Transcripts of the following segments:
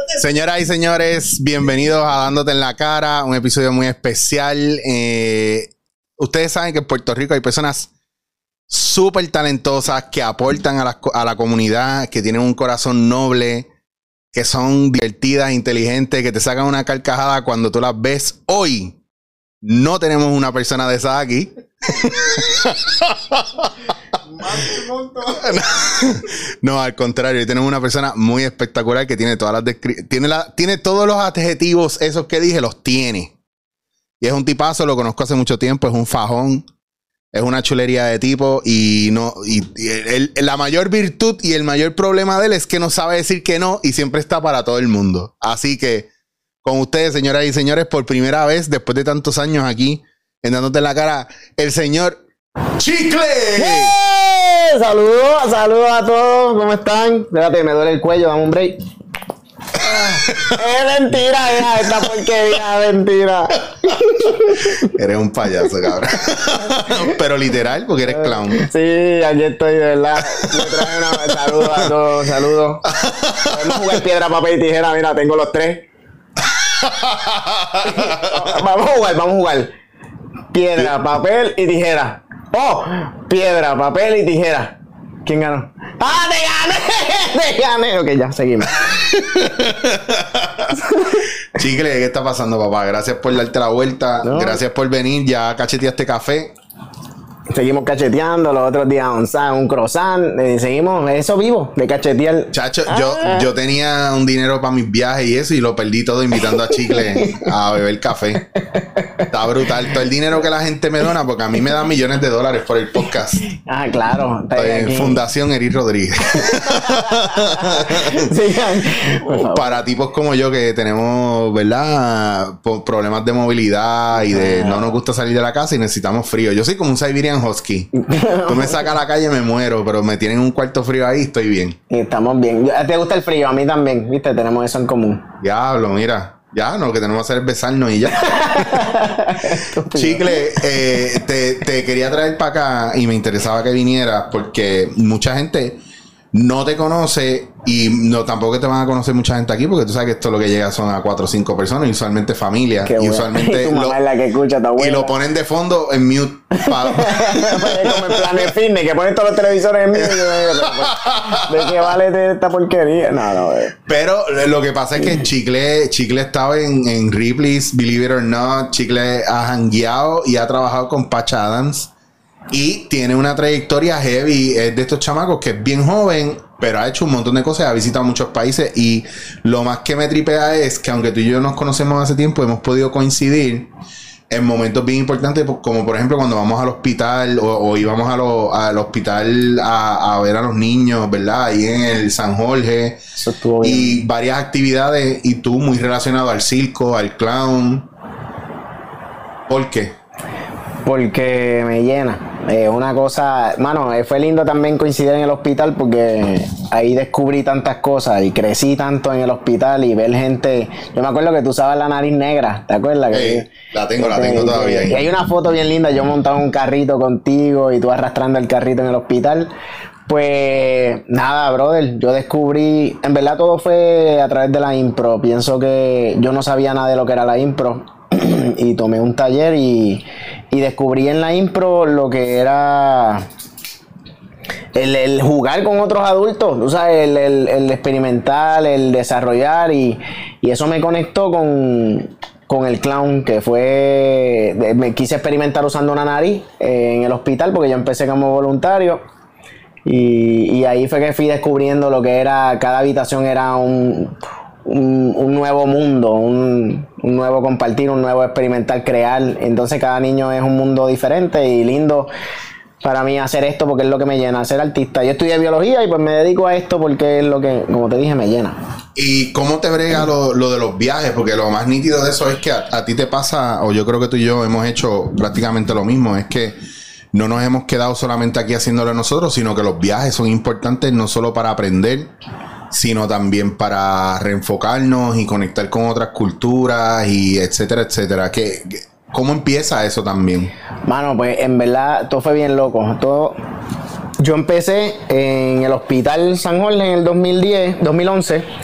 Señoras y señores, bienvenidos a Dándote en la Cara, un episodio muy especial. Ustedes saben que en Puerto Rico hay personas súper talentosas que aportan a la comunidad, que tienen un corazón noble, que son divertidas, inteligentes, que te sacan una carcajada cuando tú las ves. Hoy no tenemos una persona de esa aquí. No, al contrario, tenemos una persona muy espectacular que tiene todas las tiene todos los adjetivos esos que dije, los tiene. Y es un tipazo, lo conozco hace mucho tiempo, es un fajón, es una chulería de tipo y la mayor virtud y el mayor problema de él es que no sabe decir que no y siempre está para todo el mundo. Así que con ustedes, señoras y señores, por primera vez después de tantos años aquí en Dándote en la Cara, el señor Chicle. ¡Yeah! Saludos a todos, ¿cómo están? Espérate, me duele el cuello, dame un break. Es mentira, hija, esta porquería, es mentira. Eres un payaso, cabrón. Pero literal, porque eres clown. Sí, aquí estoy, de verdad. Me traje una... Saludos a todos, saludos. Podemos jugar piedra, papel y tijera, mira, tengo los tres. Vamos a jugar. Piedra, papel y tijera. ¡Oh! Piedra, papel y tijera. ¿Quién ganó? ¡Ah, te gané! Ok, ya, seguimos. Chicle, ¿qué está pasando, papá? Gracias por darte la vuelta. No. Gracias por venir. Ya cacheteaste café. Seguimos cacheteando. Los otros días un croissant. Seguimos eso vivo de cachetear. Chacho, yo tenía un dinero para mis viajes y eso y lo perdí todo invitando a Chicle a beber café. Está brutal. Todo el dinero que la gente me dona, porque a mí me dan millones de dólares por el podcast. Ah, claro. Fundación Eris Rodríguez. Sí, para tipos como yo que tenemos, ¿verdad? Problemas de movilidad y no nos gusta salir de la casa y necesitamos frío. Yo soy como un Siberian Husky. Tú me sacas a la calle y me muero, pero me tienen un cuarto frío ahí, estoy bien. Y estamos bien. ¿Te gusta el frío? A mí también, ¿viste? Tenemos eso en común. Diablo, mira. Ya, lo que tenemos que hacer es besarnos y ya. Chicle, te quería traer para acá y me interesaba que vinieras porque mucha gente no te conoce y tampoco te van a conocer mucha gente aquí porque tú sabes que esto lo que llega son a 4 o 5 personas, y usualmente familia. Qué y usualmente tu mamá es la que escucha, está buena. Y lo ponen de fondo en mute. Como en Planet Fitness, que ponen todos los televisores en mute. ¿De qué vale esta porquería? No. Pero lo que pasa es que Chicle estaba en Ripley's, Believe It or Not. Chicle ha jangueado y ha trabajado con Patch Adams. Y tiene una trayectoria heavy. Es de estos chamacos que es bien joven, pero ha hecho un montón de cosas, ha visitado muchos países. Y lo más que me tripea es que aunque tú y yo nos conocemos hace tiempo, hemos podido coincidir en momentos bien importantes, como por ejemplo cuando vamos al hospital o íbamos al hospital a ver a los niños, ¿verdad? Ahí en el San Jorge. Eso estuvo bien. Y varias actividades, y tú muy relacionado al circo, al clown. ¿Por qué? Porque me llena. Una cosa, mano, fue lindo también coincidir en el hospital porque ahí descubrí tantas cosas y crecí tanto en el hospital y ver gente. Yo me acuerdo que tú usabas la nariz negra, ¿te acuerdas? La tengo todavía. Y hay una foto bien linda, yo montado en un carrito contigo y tú arrastrando el carrito en el hospital. Pues nada, brother, yo descubrí, en verdad todo fue a través de la impro. Pienso que yo no sabía nada de lo que era la impro y tomé un taller y descubrí en la impro lo que era el jugar con otros adultos, tú sabes, el experimentar, el desarrollar y eso me conectó con el clown, que me quise experimentar usando una nariz en el hospital porque yo empecé como voluntario y ahí fue que fui descubriendo lo que era, cada habitación era un nuevo mundo, un nuevo compartir, un nuevo experimentar, crear. Entonces cada niño es un mundo diferente y lindo para mí hacer esto porque es lo que me llena, ser artista. Yo estudié biología y pues me dedico a esto porque es lo que, como te dije, me llena. ¿Y cómo te brega lo de los viajes? Porque lo más nítido de eso es que a ti te pasa, o yo creo que tú y yo hemos hecho prácticamente lo mismo, es que no nos hemos quedado solamente aquí haciéndolo nosotros, sino que los viajes son importantes no solo para aprender, sino también para reenfocarnos y conectar con otras culturas y etcétera, etcétera. ¿Cómo empieza eso también? Mano, pues en verdad todo fue bien loco. Yo empecé en el Hospital San Jorge en el 2011.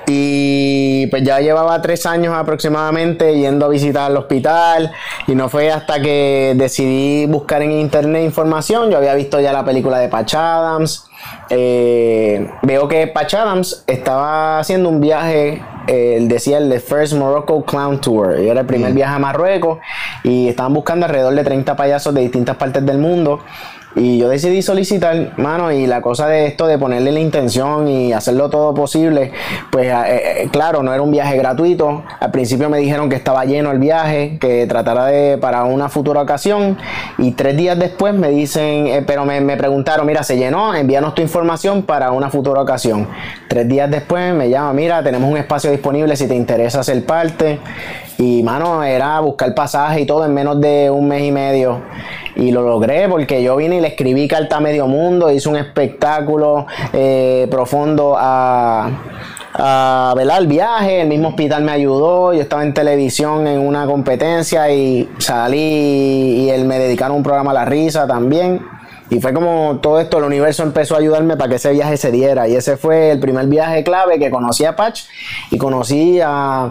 Y pues ya llevaba 3 años aproximadamente yendo a visitar el hospital, y no fue hasta que decidí buscar en internet información. Yo había visto ya la película de Patch Adams. Veo que Patch Adams estaba haciendo un viaje, él decía el The First Morocco Clown Tour, y era el primer viaje a Marruecos, y estaban buscando alrededor de 30 payasos de distintas partes del mundo. Y yo decidí solicitar, mano, y la cosa de esto de ponerle la intención y hacerlo todo posible, pues claro, no era un viaje gratuito. Al principio me dijeron que estaba lleno el viaje, que tratara de para una futura ocasión, y 3 días después me dicen, pero me preguntaron, mira, se llenó, envíanos tu información para una futura ocasión. 3 días después me llama, mira, tenemos un espacio disponible si te interesa ser parte. Y mano, era buscar pasaje y todo en menos de 1 mes y medio. Y lo logré porque yo vine y le escribí carta a medio mundo, hice un espectáculo profundo a velar el viaje. El mismo hospital me ayudó, yo estaba en televisión en una competencia y salí, y él me dedicaron un programa a la risa también. Y fue como todo esto, el universo empezó a ayudarme para que ese viaje se diera. Y ese fue el primer viaje clave que conocí a Patch, y conocí a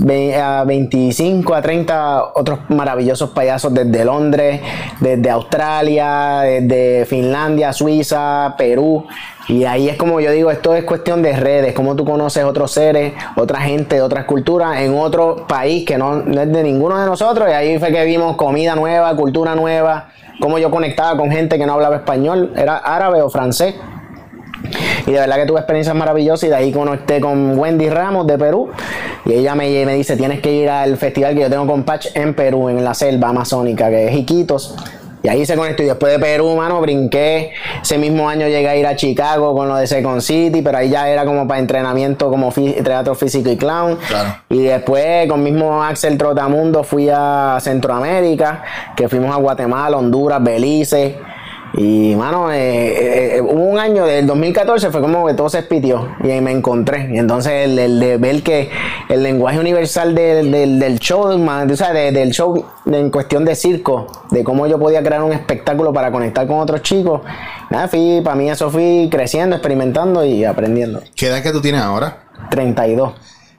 25, a 30 otros maravillosos payasos desde Londres, desde Australia, desde Finlandia, Suiza, Perú. Y ahí es como yo digo, esto es cuestión de redes, como tú conoces otros seres, otra gente de otras culturas en otro país que no es de ninguno de nosotros. Y ahí fue que vimos comida nueva, cultura nueva, cómo yo conectaba con gente que no hablaba español, era árabe o francés. Y de verdad que tuve experiencias maravillosas, y de ahí conecté con Wendy Ramos de Perú, y ella me dice, tienes que ir al festival que yo tengo con Patch en Perú, en la selva amazónica, que es Iquitos. Y ahí se conectó, y después de Perú, mano, brinqué. Ese mismo año llegué a ir a Chicago con lo de Second City, pero ahí ya era como para entrenamiento como teatro físico y clown. Claro. Y después con mismo Axel Trotamundo fui a Centroamérica, que fuimos a Guatemala, Honduras, Belice. Y mano, hubo un año del 2014, fue como que todo se espitió y ahí me encontré. Y entonces el de ver que el lenguaje universal del show, o sea, del show en cuestión de circo, de cómo yo podía crear un espectáculo para conectar con otros chicos, nada, para mí eso fui creciendo, experimentando y aprendiendo. ¿Qué edad que tú tienes ahora? 32.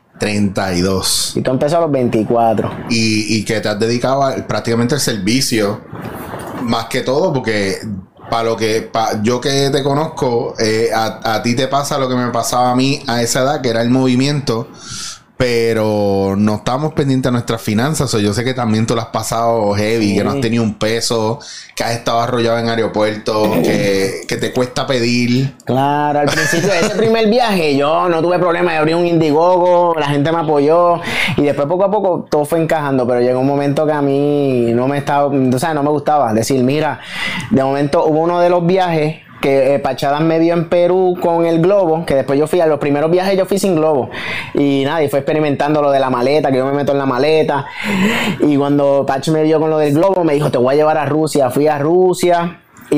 32. Y tú empezó a los 24. Y que te has dedicado prácticamente al servicio, más que todo, porque yo que te conozco, a ti te pasa lo que me pasaba a mí a esa edad, que era el movimiento, pero no estamos pendientes de nuestras finanzas. O yo sé que también tú lo has pasado heavy, sí, que no has tenido un peso, que has estado arrollado en aeropuertos, que te cuesta pedir. Claro, al principio de ese primer viaje yo no tuve problema de abrir un Indiegogo, la gente me apoyó, y después poco a poco todo fue encajando, pero llegó un momento que a mí no me gustaba decir, mira, de momento hubo uno de los viajes que Patch Adams me vio en Perú con el globo, que después yo fui a los primeros viajes, yo fui sin globo, y nada, y fue experimentando lo de la maleta, que yo me meto en la maleta, y cuando Patch me vio con lo del globo, me dijo, te voy a llevar a Rusia. Fui a Rusia,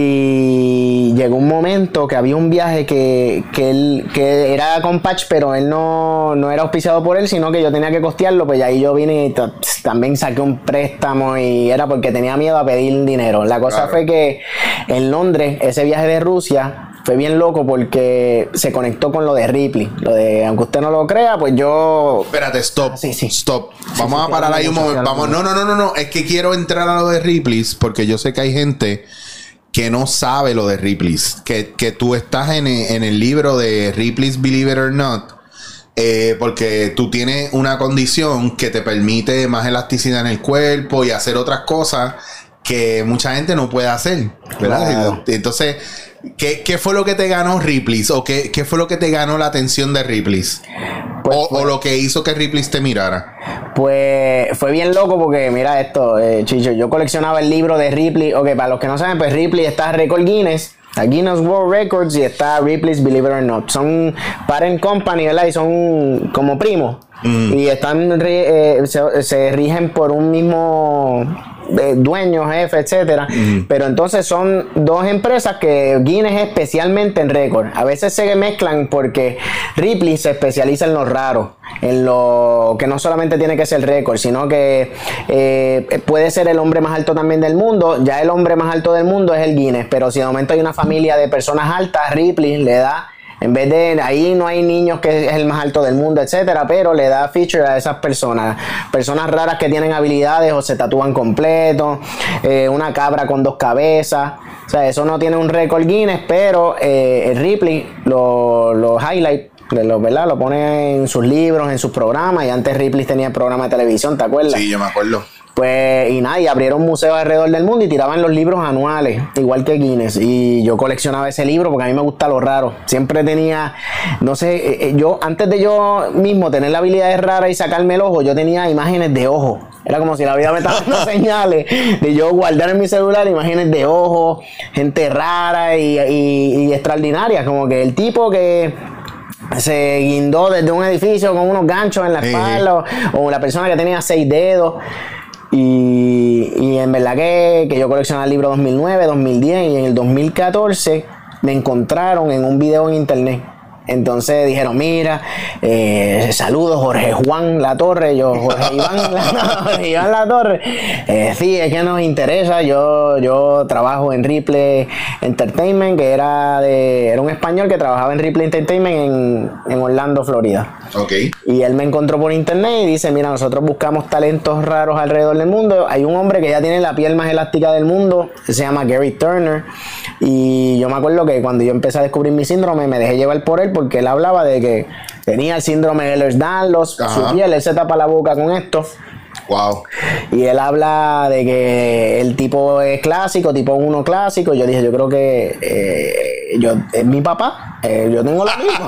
y llegó un momento que había un viaje que era con Patch, pero él no era auspiciado por él, sino que yo tenía que costearlo. Pues ahí yo vine y también saqué un préstamo, y era porque tenía miedo a pedir dinero. La cosa fue que en Londres, ese viaje de Rusia fue bien loco porque se conectó con lo de Ripley. Lo de, aunque usted no lo crea, pues yo... Espérate, stop. Sí. Stop. Vamos a parar ahí un momento. Vamos. No. Es que quiero entrar a lo de Ripley, porque yo sé que hay gente que no sabe lo de Ripley's, que tú estás en el libro de Ripley's Believe It or Not, porque tú tienes una condición que te permite más elasticidad en el cuerpo y hacer otras cosas que mucha gente no puede hacer, ¿verdad? Claro. Entonces, ¿qué fue lo que te ganó Ripley's? ¿O qué fue lo que te ganó la atención de Ripley's? Pues o lo que hizo que Ripley's te mirara. Pues fue bien loco porque, mira esto, Chicho, yo coleccionaba el libro de Ripley. Ok, para los que no saben, pues Ripley está Record Guinness, a Guinness World Records, y está Ripley's Believe It or Not. Son parent company, ¿verdad? Y son como primos. Y están se rigen por un mismo dueño, jefe, etcétera. Pero entonces son dos empresas que Guinness especialmente en récord. A veces se mezclan porque Ripley se especializa en lo raro, en lo que no solamente tiene que ser récord, sino que puede ser el hombre más alto también del mundo. Ya el hombre más alto del mundo es el Guinness, pero si de momento hay una familia de personas altas, Ripley le da En vez de, ahí no hay niños que es el más alto del mundo, etcétera, pero le da feature a esas personas raras que tienen habilidades o se tatúan completo, una cabra con 2 cabezas. O sea, eso no tiene un récord Guinness, pero Ripley lo highlight, ¿verdad? Lo pone en sus libros, en sus programas, y antes Ripley tenía programa de televisión, ¿te acuerdas? Sí, yo me acuerdo. Pues, y nada, y abrieron museos alrededor del mundo y tiraban los libros anuales, igual que Guinness. Y yo coleccionaba ese libro porque a mí me gusta lo raro. Siempre tenía, no sé, yo antes de yo mismo tener la habilidad de rara y sacarme el ojo, yo tenía imágenes de ojos. Era como si la vida me estaba dando señales de yo guardar en mi celular imágenes de ojos, gente rara y extraordinaria. Como que el tipo que se guindó desde un edificio con unos ganchos en la espalda, o la persona que tenía 6 dedos. Y en verdad que yo coleccionaba el libro 2009, 2010 y en el 2014 me encontraron en un video en internet. Entonces dijeron, mira, saludos Jorge Juan Latorre. Yo, Jorge Iván Latorre. Sí, es que nos interesa. Yo trabajo en Ripley Entertainment, que era un español que trabajaba en Ripley Entertainment en Orlando, Florida. Okay. Y él me encontró por internet y dice, mira, nosotros buscamos talentos raros alrededor del mundo. Hay un hombre que ya tiene la piel más elástica del mundo, que se llama Gary Turner. Y yo me acuerdo que cuando yo empecé a descubrir mi síndrome, me dejé llevar por él, porque él hablaba de que tenía el síndrome de Ehlers-Danlos, su piel, él se tapa la boca con esto. Wow. Y él habla de que el tipo es clásico, tipo 1 clásico. Yo dije, yo creo que es mi papá. Yo tengo lo mismo.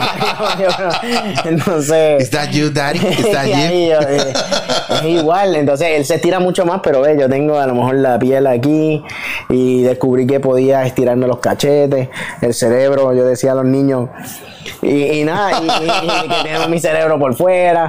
Entonces, ¿Is that you, daddy? ¿Is that you? Es igual. Entonces él se estira mucho más, pero yo tengo a lo mejor la piel aquí y descubrí que podía estirarme los cachetes, el cerebro. Yo decía a los niños y nada, y que tengo mi cerebro por fuera.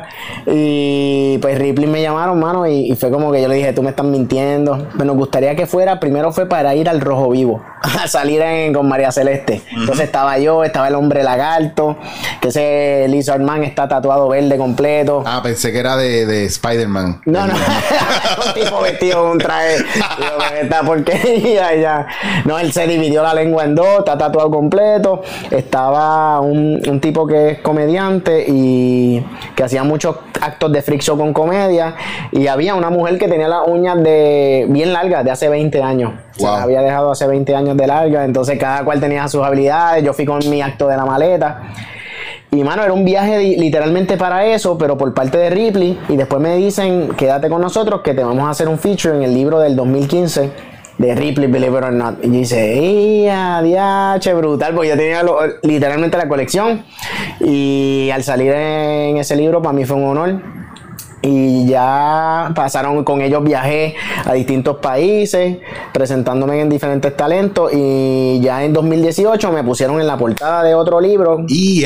Y pues Ripley me llamaron, mano, y fue como que yo le dije, tú me estás mintiendo. Nos gustaría que fuera, primero fue para ir al Rojo Vivo, a salir con María Celeste. Entonces estaba yo, estaba el hombre lagarto, que ese Lizard Man está tatuado verde completo. Ah, pensé que era de Spider-Man. No, un tipo vestido con un traje. Esta porquería ya. No, él se dividió la lengua en 2, está tatuado completo. Estaba un tipo que es comediante y que hacía muchos actos de freak show con comedia. Y había una mujer que tenía las uñas bien largas, de hace 20 años. Wow. Se las había dejado hace 20 años de larga. Entonces cada cual tenía sus habilidades. Yo fui con mi acto de la maleta. Y mano, era un viaje literalmente para eso, pero por parte de Ripley. Y después me dicen, quédate con nosotros que te vamos a hacer un feature en el libro del 2015 de Ripley, Believe It or Not. Y yo dice, ¡diache! Brutal, porque yo tenía literalmente la colección. Y al salir en ese libro, para mí fue un honor. Y ya pasaron con ellos, viajé a distintos países presentándome en diferentes talentos, y ya en 2018 me pusieron en la portada de otro libro. Y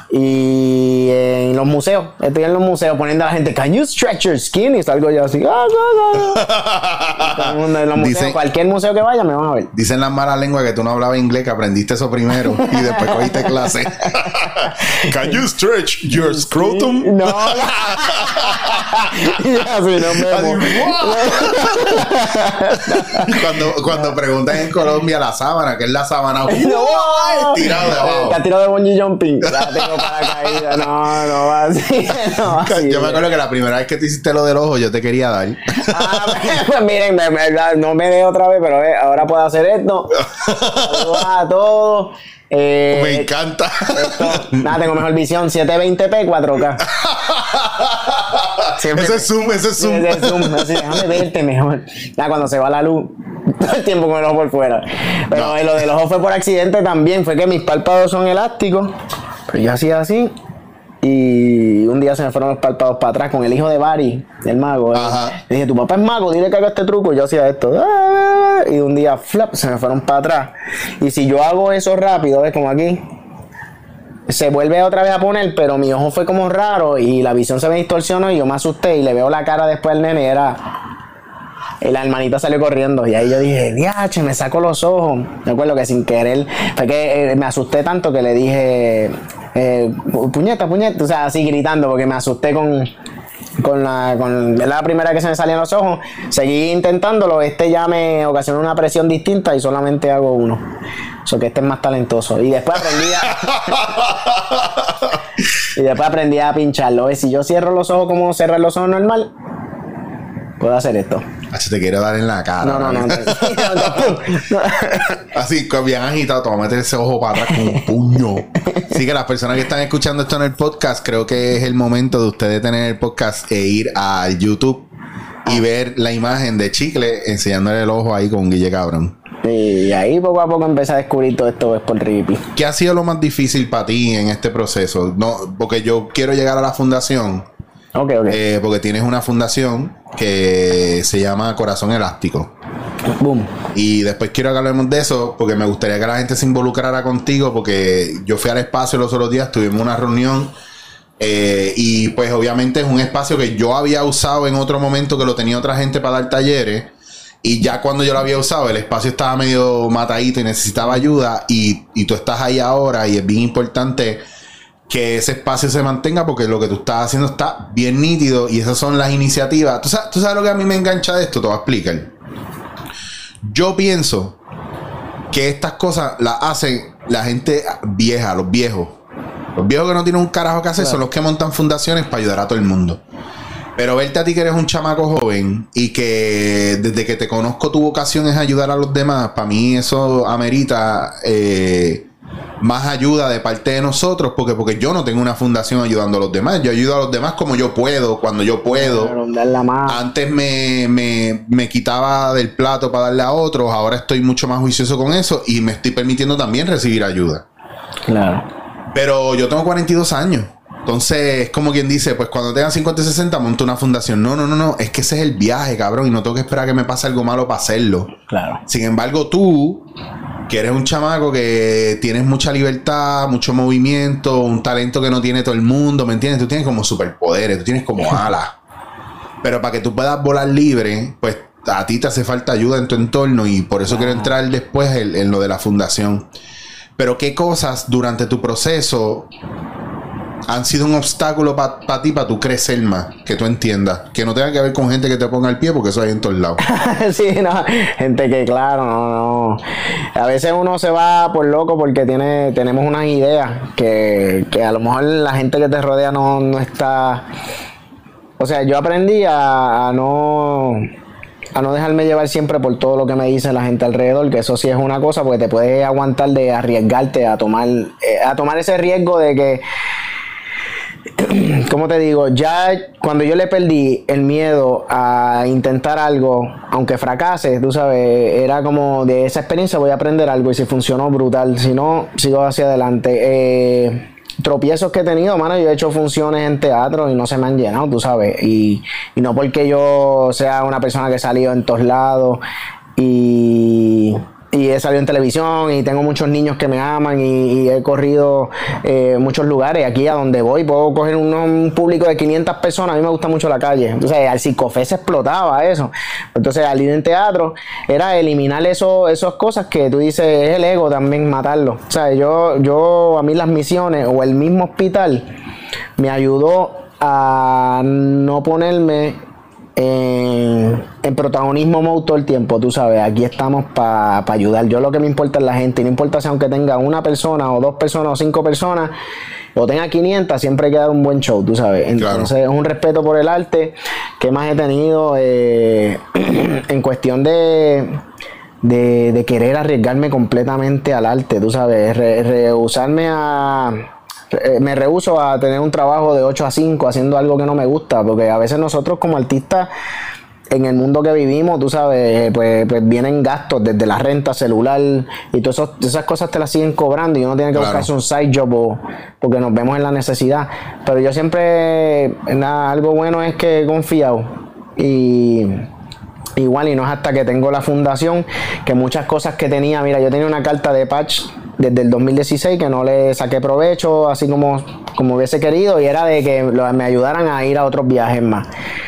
en los museos, estoy en los museos poniendo a la gente, can you stretch your skin? Y salgo yo así. Todo el mundo en los museos, cualquier museo que vaya me van a ver. Dicen las malas lenguas que tú no hablabas inglés, que aprendiste eso primero y después cogiste clase. Can you stretch your scrotum? No. Y así nos vemos. Cuando preguntan en Colombia la sábana, ¿qué es la sábana? Tirado de abajo. Te has tirado de bungee jumping. La tengo para caída. No va así. Yo me acuerdo que la primera vez que te hiciste lo del ojo, yo te quería dar. Pues miren, no me dé otra vez, pero ahora puedo hacer esto. Saludos a todos. Me encanta. Nada, tengo mejor visión, 720p, 4K. Ese es zoom. Así, déjame verte mejor. Ya cuando se va la luz, todo el tiempo con el ojo por fuera. Pero lo del ojo fue por accidente también. Fue que mis párpados son elásticos. Pero yo hacía así. Y un día se me fueron los párpados para atrás con el hijo de Barry, el mago. Le dije, tu papá es mago, dile que haga este truco. Y yo hacía esto. Y un día, flap, se me fueron para atrás. Y si yo hago eso rápido, ves como aquí, se vuelve otra vez a poner, pero mi ojo fue como raro y la visión se me distorsionó y yo me asusté y le veo la cara después al nene, y la hermanita salió corriendo y ahí yo dije, diache, me saco los ojos. Me acuerdo que sin querer, fue que me asusté tanto que le dije, puñeta, o sea, así gritando porque me asusté con la primera que se me salían los ojos. Seguí intentándolo, ya me ocasionó una presión distinta y solamente hago uno. So que este es más talentoso. Y después aprendí a pincharlo. Si yo cierro los ojos como cerrar los ojos normal, puedo hacer esto. Te quiero dar en la cara. No. Así, bien agitado, te voy a meter ese ojo para atrás con un puño. Así que las personas que están escuchando esto en el podcast, creo que es el momento de ustedes tener el podcast e ir al YouTube y ver la imagen de Chicle enseñándole el ojo ahí con Guille Cabrón. Y ahí poco a poco empecé a descubrir todo esto por Rippy. ¿Qué ha sido lo más difícil para ti en este proceso? No, porque yo quiero llegar a la fundación. Okay. Porque tienes una fundación que se llama Corazón Elástico. Boom. Y después quiero que hablemos de eso porque me gustaría que la gente se involucrara contigo, porque yo fui al espacio los otros días, tuvimos una reunión y pues obviamente es un espacio que yo había usado en otro momento, que lo tenía otra gente para dar talleres, y ya cuando yo lo había usado el espacio estaba medio matadito y necesitaba ayuda, y tú estás ahí ahora y es bien importante que ese espacio se mantenga, porque lo que tú estás haciendo está bien nítido y esas son las iniciativas. ¿Tú sabes lo que a mí me engancha de esto? Te voy a explicar. Yo pienso que estas cosas las hacen la gente vieja, los viejos. Los viejos que no tienen un carajo que hacer, claro, son los que montan fundaciones para ayudar a todo el mundo. Pero verte a ti que eres un chamaco joven y que desde que te conozco tu vocación es ayudar a los demás, para mí eso amerita más ayuda de parte de nosotros, porque yo no tengo una fundación ayudando a los demás. Yo ayudo a los demás como yo puedo, cuando yo puedo. Antes me quitaba del plato para darle a otros, ahora estoy mucho más juicioso con eso y me estoy permitiendo también recibir ayuda. Claro. Pero yo tengo 42 años. Entonces, es como quien dice, pues cuando tenga 50 y 60 monto una fundación. No. Es que ese es el viaje, cabrón. Y no tengo que esperar a que me pase algo malo para hacerlo. Claro. Sin embargo, tú, que eres un chamaco que tienes mucha libertad, mucho movimiento, un talento que no tiene todo el mundo, ¿me entiendes? Tú tienes como superpoderes, tú tienes como alas. Pero para que tú puedas volar libre, pues a ti te hace falta ayuda en tu entorno, y por eso quiero entrar después en lo de la fundación. Pero ¿qué cosas durante tu proceso han sido un obstáculo para ti, para tú crecer más? Que tú entiendas. Que no tenga que ver con gente que te ponga el pie, porque eso hay en todos lados. Sí, no. Gente que, claro, no. A veces uno se va por loco porque tenemos unas ideas que a lo mejor la gente que te rodea no está... O sea, yo aprendí a no dejarme llevar siempre por todo lo que me dice la gente alrededor, que eso sí es una cosa, porque te puedes aguantar de arriesgarte a tomar ese riesgo de que, ¿cómo te digo? Ya cuando yo le perdí el miedo a intentar algo, aunque fracase, tú sabes, era como de esa experiencia voy a aprender algo, y si funcionó, brutal, si no, sigo hacia adelante. Tropiezos que he tenido, mano, yo he hecho funciones en teatro y no se me han llenado, tú sabes, y no porque yo sea una persona que he salido en todos lados y he salido en televisión y tengo muchos niños que me aman y he corrido muchos lugares. Aquí a donde voy puedo coger un público de 500 personas. A mí me gusta mucho la calle. Entonces al Psicofé se explotaba eso. Entonces al ir en teatro era eliminar esas cosas que tú dices, es el ego también, matarlo. O sea, yo a mí las misiones o el mismo hospital me ayudó a no ponerme en protagonismo mode todo el tiempo, tú sabes, aquí estamos para ayudar. Yo lo que me importa es la gente, y no importa si aunque tenga una persona o 2 personas o 5 personas o tenga 500, siempre hay que dar un buen show, tú sabes. Entonces claro, es un respeto por el arte que más he tenido en cuestión de querer arriesgarme completamente al arte, tú sabes, me rehúso a tener un trabajo de 8 a 5 haciendo algo que no me gusta, porque a veces nosotros como artistas en el mundo que vivimos, tú sabes, pues vienen gastos desde la renta, celular y todas esas cosas te las siguen cobrando, y uno tiene que buscarse un side job porque nos vemos en la necesidad. Pero yo siempre, algo bueno es que he confiado, y igual, y no es hasta que tengo la fundación que muchas cosas que tenía, mira, yo tenía una carta de patch desde el 2016 que no le saqué provecho así como hubiese querido, y era de que me ayudaran a ir a otros viajes más.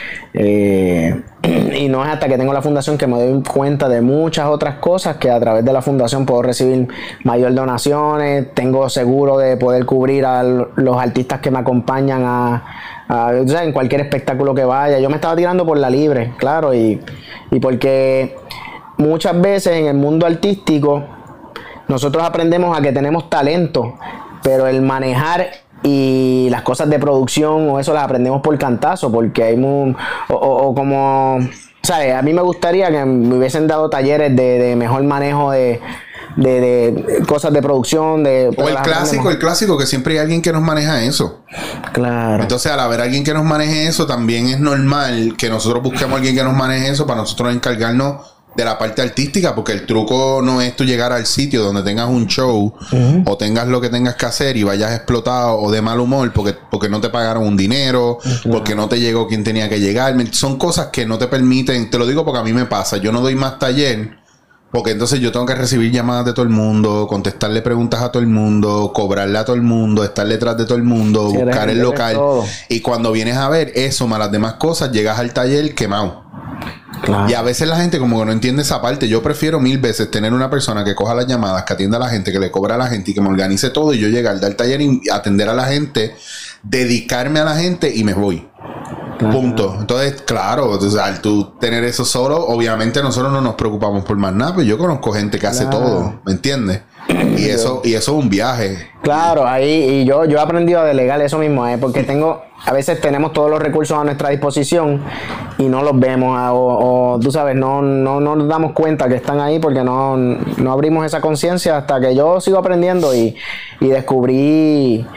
Y no es hasta que tengo la fundación que me doy cuenta de muchas otras cosas, que a través de la fundación puedo recibir mayor donaciones, tengo seguro de poder cubrir a los artistas que me acompañan o sea, en cualquier espectáculo que vaya. Yo me estaba tirando por la libre, claro, y porque muchas veces en el mundo artístico nosotros aprendemos a que tenemos talento, pero el manejar y las cosas de producción o eso las aprendemos por cantazo, porque hay como, ¿sabes? A mí me gustaría que me hubiesen dado talleres de mejor manejo de cosas de producción, o el clásico que siempre hay alguien que nos maneja eso. Claro. Entonces, al haber alguien que nos maneje eso, también es normal que nosotros busquemos a alguien que nos maneje eso para nosotros encargarnos de la parte artística, porque el truco no es tú llegar al sitio donde tengas un show o tengas lo que tengas que hacer y vayas explotado o de mal humor porque no te pagaron un dinero, porque no te llegó quien tenía que llegar. Son cosas que no te permiten, te lo digo porque a mí me pasa, yo no doy más taller porque entonces yo tengo que recibir llamadas de todo el mundo, contestarle preguntas a todo el mundo, cobrarle a todo el mundo, estar detrás de todo el mundo, sí, buscar el local. Y cuando vienes a ver eso más las demás cosas, llegas al taller quemado. Claro. Y a veces la gente como que no entiende esa parte. Yo prefiero 1000 veces tener una persona que coja las llamadas, que atienda a la gente, que le cobra a la gente y que me organice todo y yo llegar, dar taller y atender a la gente, dedicarme a la gente y me voy. Punto. Entonces, claro, entonces, al tú tener eso solo, obviamente nosotros no nos preocupamos por más nada, pero yo conozco gente que hace todo, ¿me entiendes? Y eso es un viaje. Claro, ahí y yo he aprendido a delegar eso mismo, porque a veces tenemos todos los recursos a nuestra disposición y no los vemos o tú sabes, no nos damos cuenta que están ahí porque no abrimos esa conciencia hasta que yo sigo aprendiendo y descubrí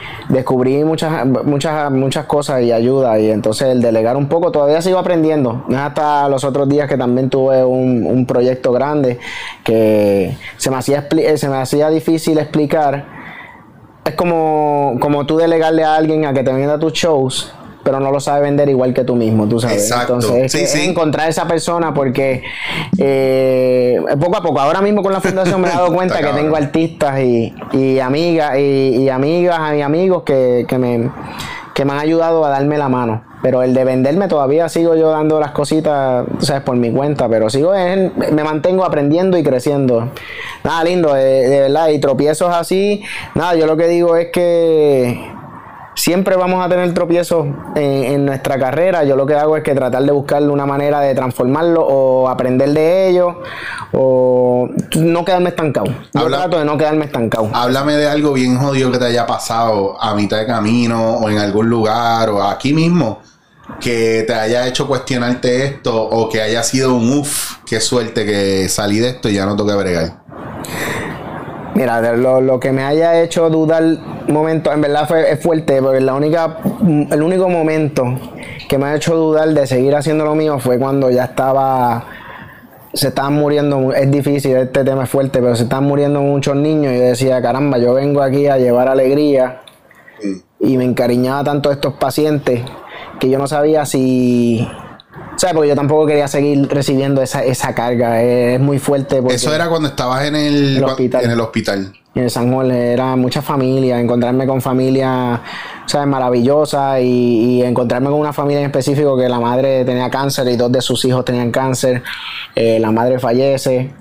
muchas cosas y ayuda, y entonces el delegar un poco todavía sigo aprendiendo. Hasta los otros días que también tuve un proyecto grande que se me hacía difícil explicar. Es como tú delegarle a alguien a que te venda tus shows, pero no lo sabe vender igual que tú mismo, tú sabes. Exacto. Entonces es encontrar esa persona porque poco a poco, ahora mismo con la fundación me he dado cuenta que tengo artistas y amigas y amigos que me han ayudado a darme la mano. Pero el de venderme todavía sigo yo dando las cositas, ¿sabes? Por mi cuenta, pero me mantengo aprendiendo y creciendo. Nada, lindo, de verdad, y tropiezos así. Nada, yo lo que digo es que siempre vamos a tener tropiezos en nuestra carrera. Yo lo que hago es que tratar de buscarle una manera de transformarlo o aprender de ellos o no quedarme estancado. Yo trato de no quedarme estancado. Háblame de algo bien jodido que te haya pasado a mitad de camino o en algún lugar o aquí mismo que te haya hecho cuestionarte esto o que haya sido un qué suerte que salí de esto y ya no toca bregar. Mira, lo que me haya hecho dudar momento, en verdad es fuerte, porque el único momento que me ha hecho dudar de seguir haciendo lo mío fue cuando ya se estaban muriendo, es difícil, este tema es fuerte, pero se estaban muriendo muchos niños y yo decía, caramba, yo vengo aquí a llevar alegría y me encariñaba tanto de estos pacientes que yo no sabía si... ¿Sabes? Porque yo tampoco quería seguir recibiendo esa carga. Es muy fuerte. Eso era cuando estabas en el hospital. En el San Juan era mucha familia. Encontrarme con familia, ¿sabes? Maravillosa. Y encontrarme con una familia en específico que la madre tenía cáncer y 2 de sus hijos tenían cáncer. La madre fallece.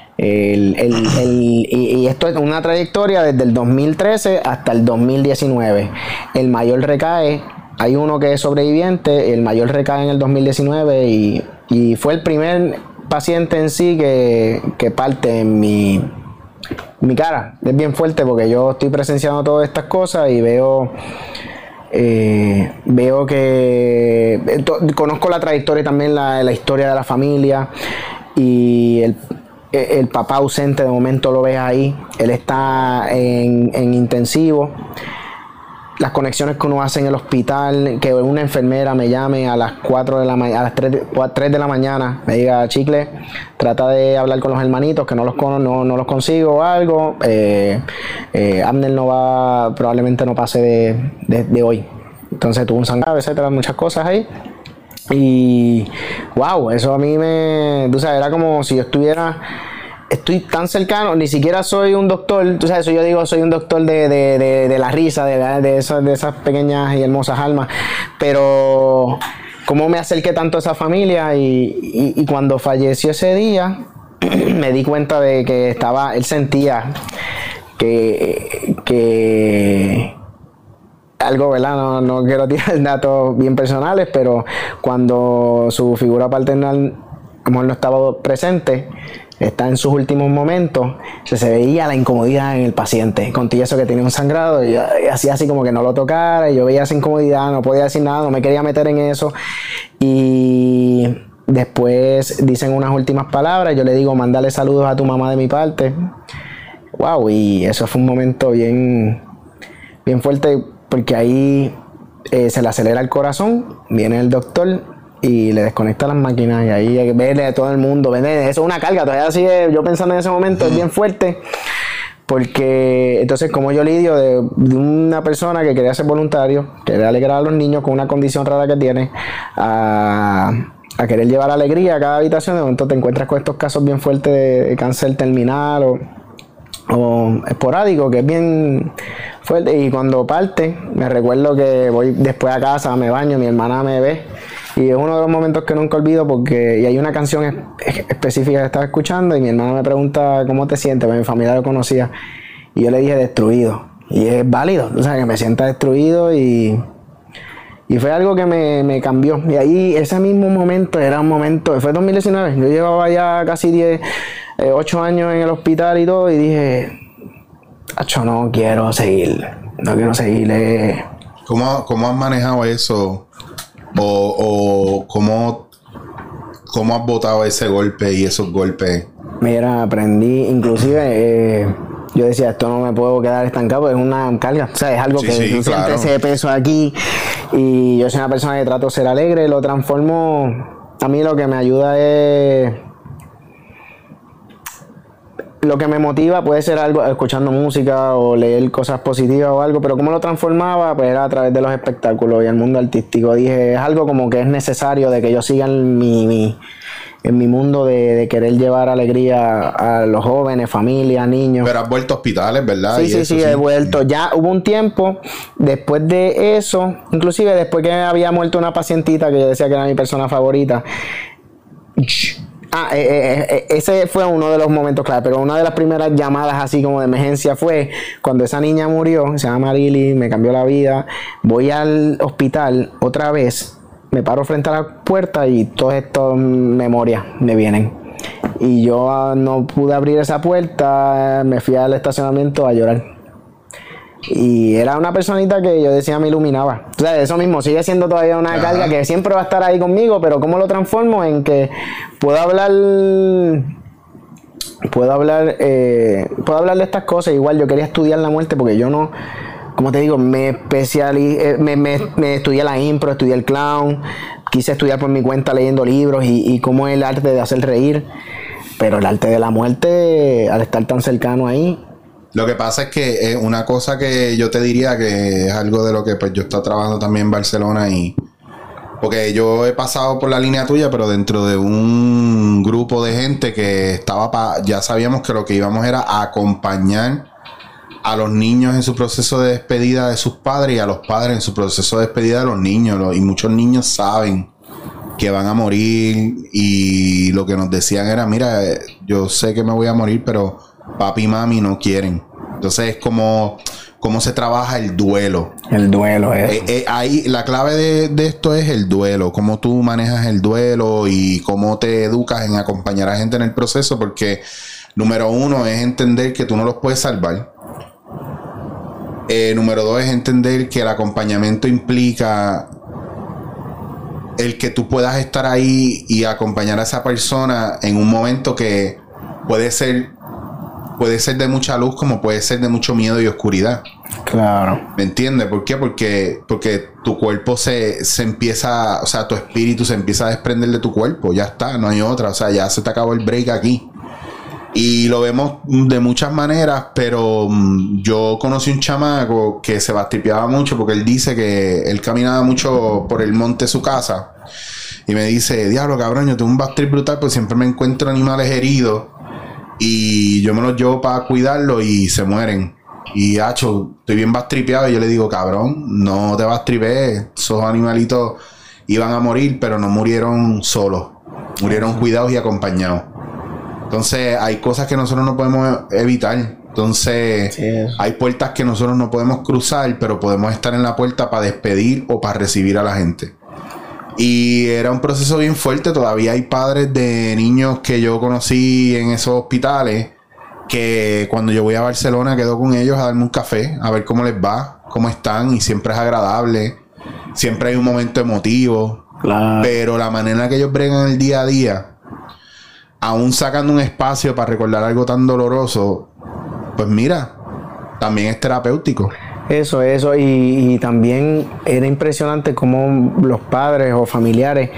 Y esto es una trayectoria desde el 2013 hasta el 2019. El mayor recae. Hay uno que es sobreviviente, el mayor recae en el 2019 y fue el primer paciente en sí que parte en mi cara. Es bien fuerte porque yo estoy presenciando todas estas cosas y veo que conozco la trayectoria también, la historia de la familia y el papá ausente de momento lo ves ahí. Él está en intensivo. Las conexiones que uno hace en el hospital, que una enfermera me llame a las 4 de la mañana, a las 3 de la mañana, me diga, Chicle, trata de hablar con los hermanitos, que no los consigo o algo. Abner probablemente no pase de hoy. Entonces tuvo un sangrado, etcétera, muchas cosas ahí. Y wow, eso a mí tú sabes, era como si yo estoy tan cercano, ni siquiera soy un doctor, tú sabes, yo digo, soy un doctor de la risa, de esas pequeñas y hermosas almas, pero cómo me acerqué tanto a esa familia y cuando falleció ese día, me di cuenta de que él sentía que algo, ¿verdad? No quiero tirar datos bien personales, pero cuando su figura paternal a lo mejor no estaba presente, está en sus últimos momentos, se veía la incomodidad en el paciente, con todo eso que tenía un sangrado, y hacía así como que no lo tocara, y yo veía esa incomodidad, no podía decir nada, no me quería meter en eso, y después dicen unas últimas palabras, yo le digo, mándale saludos a tu mamá de mi parte. Wow, y eso fue un momento bien fuerte, porque ahí se le acelera el corazón, viene el doctor y le desconecta las máquinas, y ahí verle a todo el mundo, eso es una carga, todavía sigue, yo pensando en ese momento, es bien fuerte, porque entonces como yo lidio de una persona que quería ser voluntario, quería alegrar a los niños con una condición rara que tiene, a querer llevar alegría a cada habitación, de momento te encuentras con estos casos bien fuertes de cáncer terminal o esporádico, que es bien fuerte. Y cuando parte, me recuerdo que voy después a casa, me baño, mi hermana me ve, y es uno de los momentos que nunca olvido, porque y hay una canción específica que estaba escuchando, y mi hermana me pregunta cómo te sientes, porque mi familia lo conocía, y yo le dije destruido, y es válido, o sea, que me sienta destruido, y fue algo que me cambió. Y ahí, ese mismo momento, era un momento, fue 2019, yo llevaba ya casi 8 años en el hospital y todo, y dije, acho, no quiero seguir. ¿Cómo has manejado eso? ¿O cómo has botado ese golpe y esos golpes? Mira, aprendí, inclusive, yo decía, esto no me puedo quedar estancado, es una carga, o sea, es algo que tú sientes ese peso aquí, y yo soy una persona que trato de ser alegre, lo transformo, a mí lo que me ayuda es, lo que me motiva puede ser algo, escuchando música o leer cosas positivas o algo, pero cómo lo transformaba, pues era a través de los espectáculos y el mundo artístico. Dije, es algo como que es necesario de que yo siga en mi mundo de querer llevar alegría a los jóvenes, familias, niños. Pero has vuelto a hospitales, ¿verdad? Sí, he vuelto. Ya hubo un tiempo, después de eso, inclusive después que había muerto una pacientita que yo decía que era mi persona favorita. Ese fue uno de los momentos clave, pero una de las primeras llamadas así como de emergencia fue cuando esa niña murió, se llama Marily, me cambió la vida. Voy al hospital otra vez, me paro frente a la puerta y todas estas memorias me vienen. Y yo no pude abrir esa puerta, me fui al estacionamiento a llorar. Y era una personita que yo decía me iluminaba. O sea, eso mismo sigue siendo todavía una carga que siempre va a estar ahí conmigo, pero ¿cómo lo transformo en que puedo hablar de estas cosas? Igual yo quería estudiar la muerte porque yo no, como te digo, me estudié la impro, estudié el clown, quise estudiar por mi cuenta leyendo libros y cómo es el arte de hacer reír, pero el arte de la muerte, al estar tan cercano ahí. Lo que pasa es que una cosa que yo te diría que es algo de lo que pues yo estoy trabajando también en Barcelona, y porque yo he pasado por la línea tuya, pero dentro de un grupo de gente que estaba ya sabíamos que lo que íbamos era a acompañar a los niños en su proceso de despedida de sus padres y a los padres en su proceso de despedida de los niños, y muchos niños saben que van a morir, y lo que nos decían era, mira, yo sé que me voy a morir, pero papi y mami no quieren. Entonces es como cómo se trabaja el duelo. El duelo ahí la clave de esto es el duelo, cómo tú manejas el duelo y cómo te educas en acompañar a gente en el proceso, porque número uno es entender que tú no los puedes salvar. Número dos es entender que el acompañamiento implica el que tú puedas estar ahí y acompañar a esa persona en un momento que puede ser de mucha luz como puede ser de mucho miedo y oscuridad. Claro. ¿Me entiendes? ¿Por qué? Porque tu cuerpo se empieza, o sea, tu espíritu se empieza a desprender de tu cuerpo. Ya está, no hay otra. O sea, ya se te acabó el break aquí. Y lo vemos de muchas maneras, pero yo conocí un chamaco que se bastripeaba mucho porque él dice que él caminaba mucho por el monte de su casa y me dice, diablo, cabrón, yo tengo un bastrip brutal porque siempre me encuentro animales heridos y yo me los llevo para cuidarlos y se mueren. Y hacho, estoy bien bastripeado. Y yo le digo, cabrón, no te bastripees. Esos animalitos iban a morir, pero no murieron solos. Murieron cuidados y acompañados. Entonces, hay cosas que nosotros no podemos evitar. Entonces, sí, hay puertas que nosotros no podemos cruzar, pero podemos estar en la puerta para despedir o para recibir a la gente. Y era un proceso bien fuerte. Todavía hay padres de niños que yo conocí en esos hospitales que cuando yo voy a Barcelona quedo con ellos a darme un café, a ver cómo les va, cómo están, y siempre es agradable. Siempre hay un momento emotivo. Claro. Pero la manera en que ellos bregan el día a día, aún sacando un espacio para recordar algo tan doloroso, pues mira, también es terapéutico. Eso, y también era impresionante cómo los padres o familiares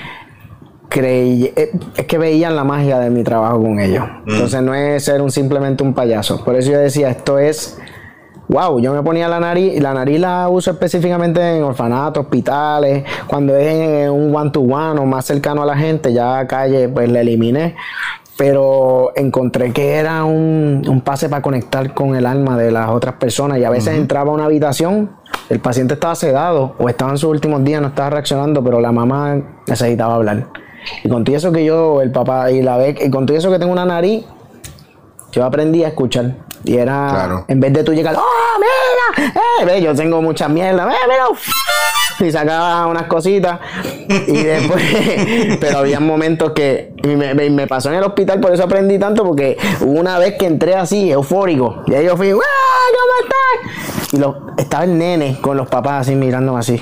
es que veían la magia de mi trabajo con ellos. Entonces no es ser simplemente un payaso. Por eso yo decía, esto es... Wow, yo me ponía la nariz la uso específicamente en orfanatos, hospitales, cuando es en un one-to-one o más cercano a la gente, ya calle, pues la eliminé. Pero encontré que era un pase para conectar con el alma de las otras personas, y a veces entraba a una habitación, el paciente estaba sedado o estaba en sus últimos días, no estaba reaccionando, pero la mamá necesitaba hablar. Y con todo eso que yo, el papá y la vez, y con todo eso que tengo una nariz, yo aprendí a escuchar. Y era, claro, en vez de tú llegar, ¡oh, mira! Ve, yo tengo mucha mierda, mira! Y sacaba unas cositas. Y después, pero había momentos que, y me pasó en el hospital, por eso aprendí tanto, porque hubo una vez que entré así, eufórico. Y ahí yo fui, ¡ah, cómo estás! Y estaba el nene con los papás así, mirándome así.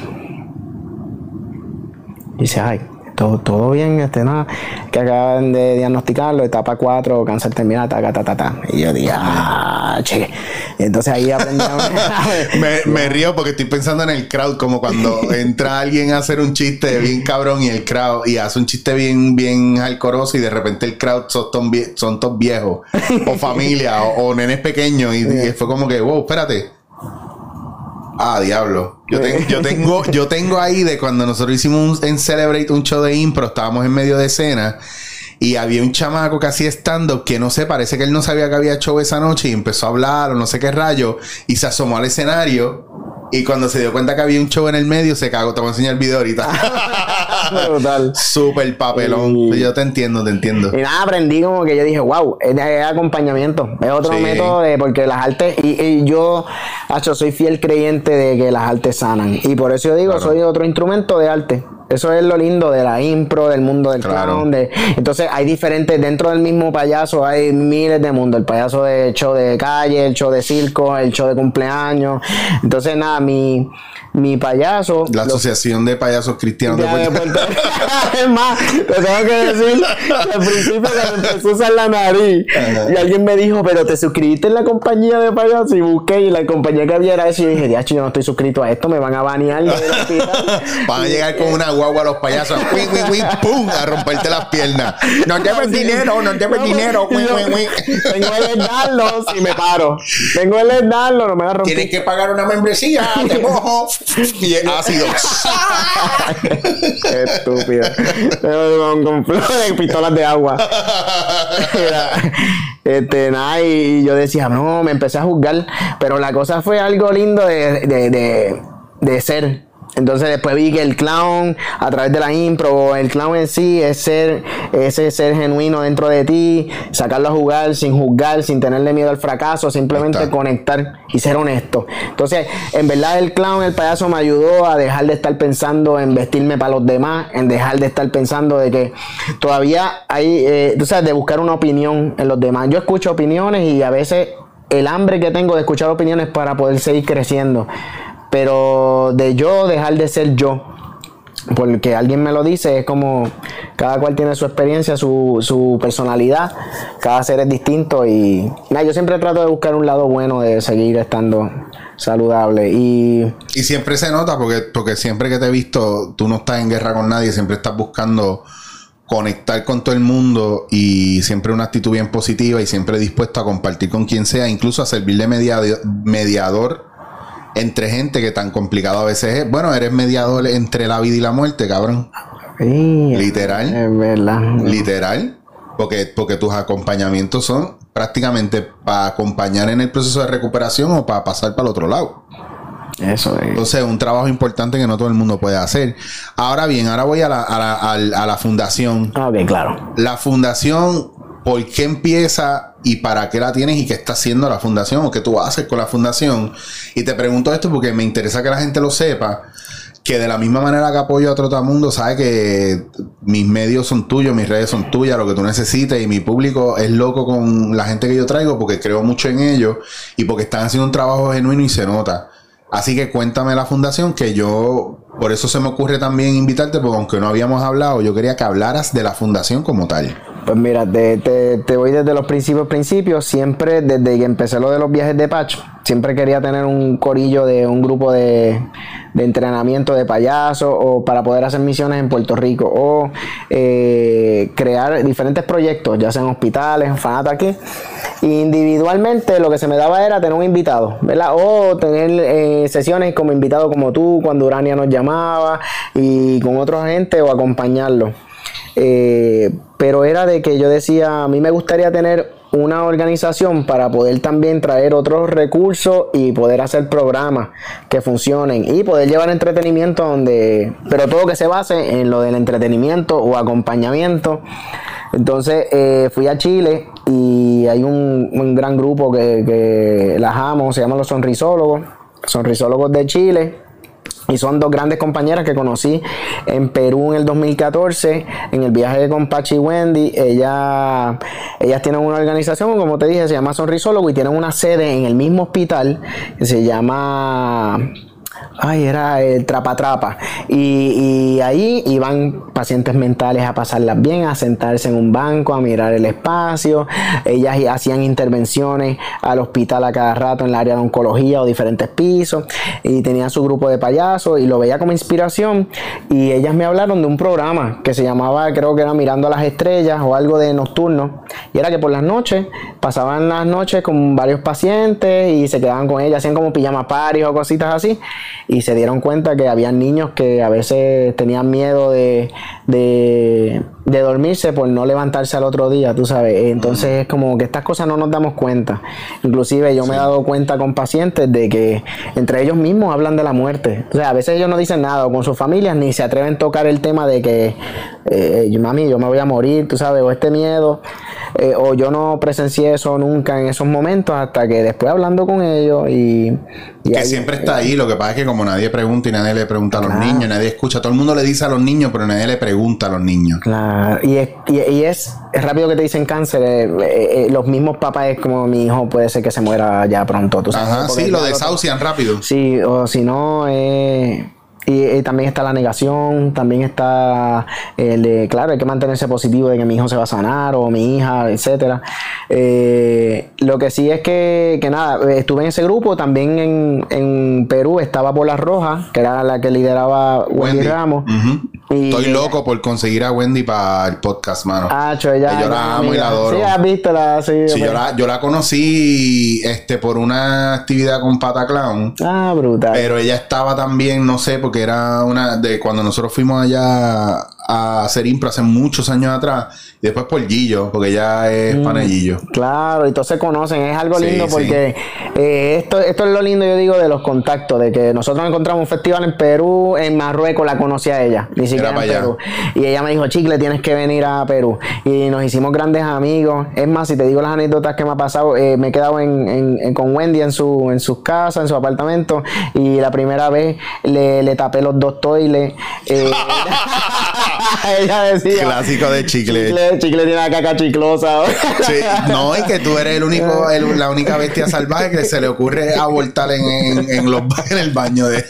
Y dice, ay, todo bien, nada, que acaban de diagnosticarlo, etapa 4, cáncer terminal, ta. Y yo dije, che. Y entonces ahí aprendí me río porque estoy pensando en el crowd, como cuando entra alguien a hacer un chiste bien cabrón y el crowd, y hace un chiste bien alcoroso, y de repente el crowd son todos viejos, o familia, o nenes pequeños, y fue como que, wow, espérate. Ah, diablo. Yo tengo ahí de cuando nosotros hicimos en Celebrate un show de impro, estábamos en medio de escena y había un chamaco que hacía stand-up que no sé, parece que él no sabía que había show esa noche y empezó a hablar o no sé qué rayo y se asomó al escenario y cuando se dio cuenta que había un show en el medio se cagó. Te voy a enseñar el video ahorita. Total. Súper papelón. Yo te entiendo. Y nada, aprendí como que yo dije, wow, es acompañamiento. Es otro método porque las artes, y yo, soy fiel creyente de que las artes sanan. Y por eso yo digo, claro, soy otro instrumento de arte. Eso es lo lindo de la impro, del mundo del clown. Entonces hay diferentes, dentro del mismo payaso hay miles de mundos. El payaso de show de calle, el show de circo, el show de cumpleaños. Entonces nada, mi payaso... La Asociación de Payasos Cristianos de Puerto Rico. Es más, te tengo que decir que al principio cuando empezó a usar la nariz, y alguien me dijo, pero te suscribiste en la compañía de payasos, y busqué, y la compañía que había era eso, y yo dije, diacho, yo no estoy suscrito a esto, me van a banear del hospital. Van a llegar con una guagua a los payasos, ¡pum! A romperte las piernas. No debes dinero. Tengo el darlo si me paro. Tengo el darlo, no me va a romper. Tienes que pagar una membresía, te mojo. Y es ácido. Qué estúpido. Con flores, pistolas de agua. Nada, y yo decía, no, me empecé a juzgar. Pero la cosa fue algo lindo de ser. Entonces después vi que el clown, a través de la impro, el clown en sí es ese ser genuino dentro de ti, sacarlo a jugar sin juzgar, sin tenerle miedo al fracaso, simplemente conectar y ser honesto. Entonces, en verdad el clown, el payaso me ayudó a dejar de estar pensando en vestirme para los demás, en dejar de estar pensando de que todavía hay, tú sabes, de buscar una opinión en los demás. Yo escucho opiniones y a veces el hambre que tengo de escuchar opiniones para poder seguir creciendo. Pero de yo dejar de ser yo, porque alguien me lo dice, es como cada cual tiene su experiencia, su personalidad, cada ser es distinto y nada, yo siempre trato de buscar un lado bueno de seguir estando saludable y siempre se nota porque siempre que te he visto tú no estás en guerra con nadie, siempre estás buscando conectar con todo el mundo y siempre una actitud bien positiva y siempre dispuesto a compartir con quien sea, incluso a servir de mediador entre gente que tan complicado a veces es. Bueno, eres mediador entre la vida y la muerte, cabrón. Sí, literal. Es verdad. Literal. Porque tus acompañamientos son prácticamente para acompañar en el proceso de recuperación o para pasar para el otro lado. Eso es. Entonces, un trabajo importante que no todo el mundo puede hacer. Ahora bien, ahora voy a la fundación. Ah, bien, claro. La fundación, ¿por qué empieza y para qué la tienes y qué está haciendo la fundación o qué tú haces con la fundación? Y te pregunto esto porque me interesa que la gente lo sepa. que de la misma manera que apoyo a Trotamundo, sabe que mis medios son tuyos, mis redes son tuyas, lo que tú necesites, y mi público es loco con la gente que yo traigo porque creo mucho en ellos y porque están haciendo un trabajo genuino y se nota. Así que cuéntame la fundación, que yo, por eso se me ocurre también invitarte, porque aunque no habíamos hablado, yo quería que hablaras de la fundación como tal. Pues mira, te voy desde los principios, siempre desde que empecé lo de los viajes de Pacho, siempre quería tener un corillo de un grupo de entrenamiento de payasos o para poder hacer misiones en Puerto Rico o crear diferentes proyectos, ya sean hospitales, orfanatos aquí. Individualmente lo que se me daba era tener un invitado, ¿verdad? O tener sesiones como invitado como tú, cuando Urania nos llamaba y con otros agentes o acompañarlo. Pero era de que yo decía, a mí me gustaría tener una organización para poder también traer otros recursos y poder hacer programas que funcionen y poder llevar entretenimiento pero todo que se base en lo del entretenimiento o acompañamiento. Entonces fui a Chile y hay un gran grupo que las amo, se llaman los Sonrisólogos de Chile. Y son dos grandes compañeras que conocí en Perú en el 2014, en el viaje con Pachi y Wendy. Ellas tienen una organización, como te dije, se llama Sonrisólogo y tienen una sede en el mismo hospital que se llama... era el Trapa. Y ahí iban pacientes mentales a pasarlas bien, a sentarse en un banco, a mirar el espacio. Ellas hacían intervenciones al hospital a cada rato en el área de oncología o diferentes pisos. Y tenían su grupo de payasos y lo veía como inspiración. Y ellas me hablaron de un programa que se llamaba, creo que era Mirando a las Estrellas o algo de nocturno. Y era que por las noches, pasaban las noches con varios pacientes y se quedaban con ellas, hacían como pijama parties o cositas así. Y se dieron cuenta que había niños que a veces tenían miedo de dormirse por no levantarse al otro día, tú sabes. Entonces es como que estas cosas no nos damos cuenta. Inclusive yo me he dado cuenta con pacientes de que entre ellos mismos hablan de la muerte. O sea, a veces ellos no dicen nada o con sus familias ni se atreven a tocar el tema de que mami, yo me voy a morir, tú sabes, o este miedo. O yo no presencié eso nunca en esos momentos hasta que después hablando con ellos y que ahí, siempre está ahí. Lo que pasa es que como nadie pregunta y nadie le pregunta a los niños, nadie escucha, todo el mundo le dice a los niños, pero nadie le pregunta a los niños. Claro, y es rápido que te dicen cáncer. Los mismos papás es como mi hijo puede ser que se muera ya pronto, tú sabes. Ajá, sí, lo desahucian rápido. Sí, o si no y también está la negación, también está el de, claro, hay que mantenerse positivo de que mi hijo se va a sanar o mi hija, etcétera. Lo que sí es que nada, estuve en ese grupo, también en Perú estaba Bola Roja, que era la que lideraba Wendy Ramos. Uh-huh. Estoy loco por conseguir a Wendy para el podcast, mano. Yo la amo y la adoro. Sí, has visto sí, yo la conocí por una actividad con Pata Clown. Brutal. Pero ella estaba también, no sé, porque era una de cuando nosotros fuimos allá a hacer impro hace muchos años atrás. Y después por Gillo, porque ella es pana de Gillo. Claro, y todos se conocen. Es algo lindo porque esto es lo lindo, yo digo, de los contactos. De que nosotros encontramos un festival en Perú, en Marruecos la conocí a ella. Ni siquiera en Perú. Y ella me dijo, Chicle, tienes que venir a Perú. Y nos hicimos grandes amigos. Es más, si te digo las anécdotas que me ha pasado, me he quedado con Wendy en sus casas, en su apartamento. Y la primera vez le tapé los 2 toiles. Ella decía, clásico de Chicle. Chicle tiene la caca chiclosa. Sí, no, y que tú eres la única bestia salvaje que se le ocurre abortar en el baño de...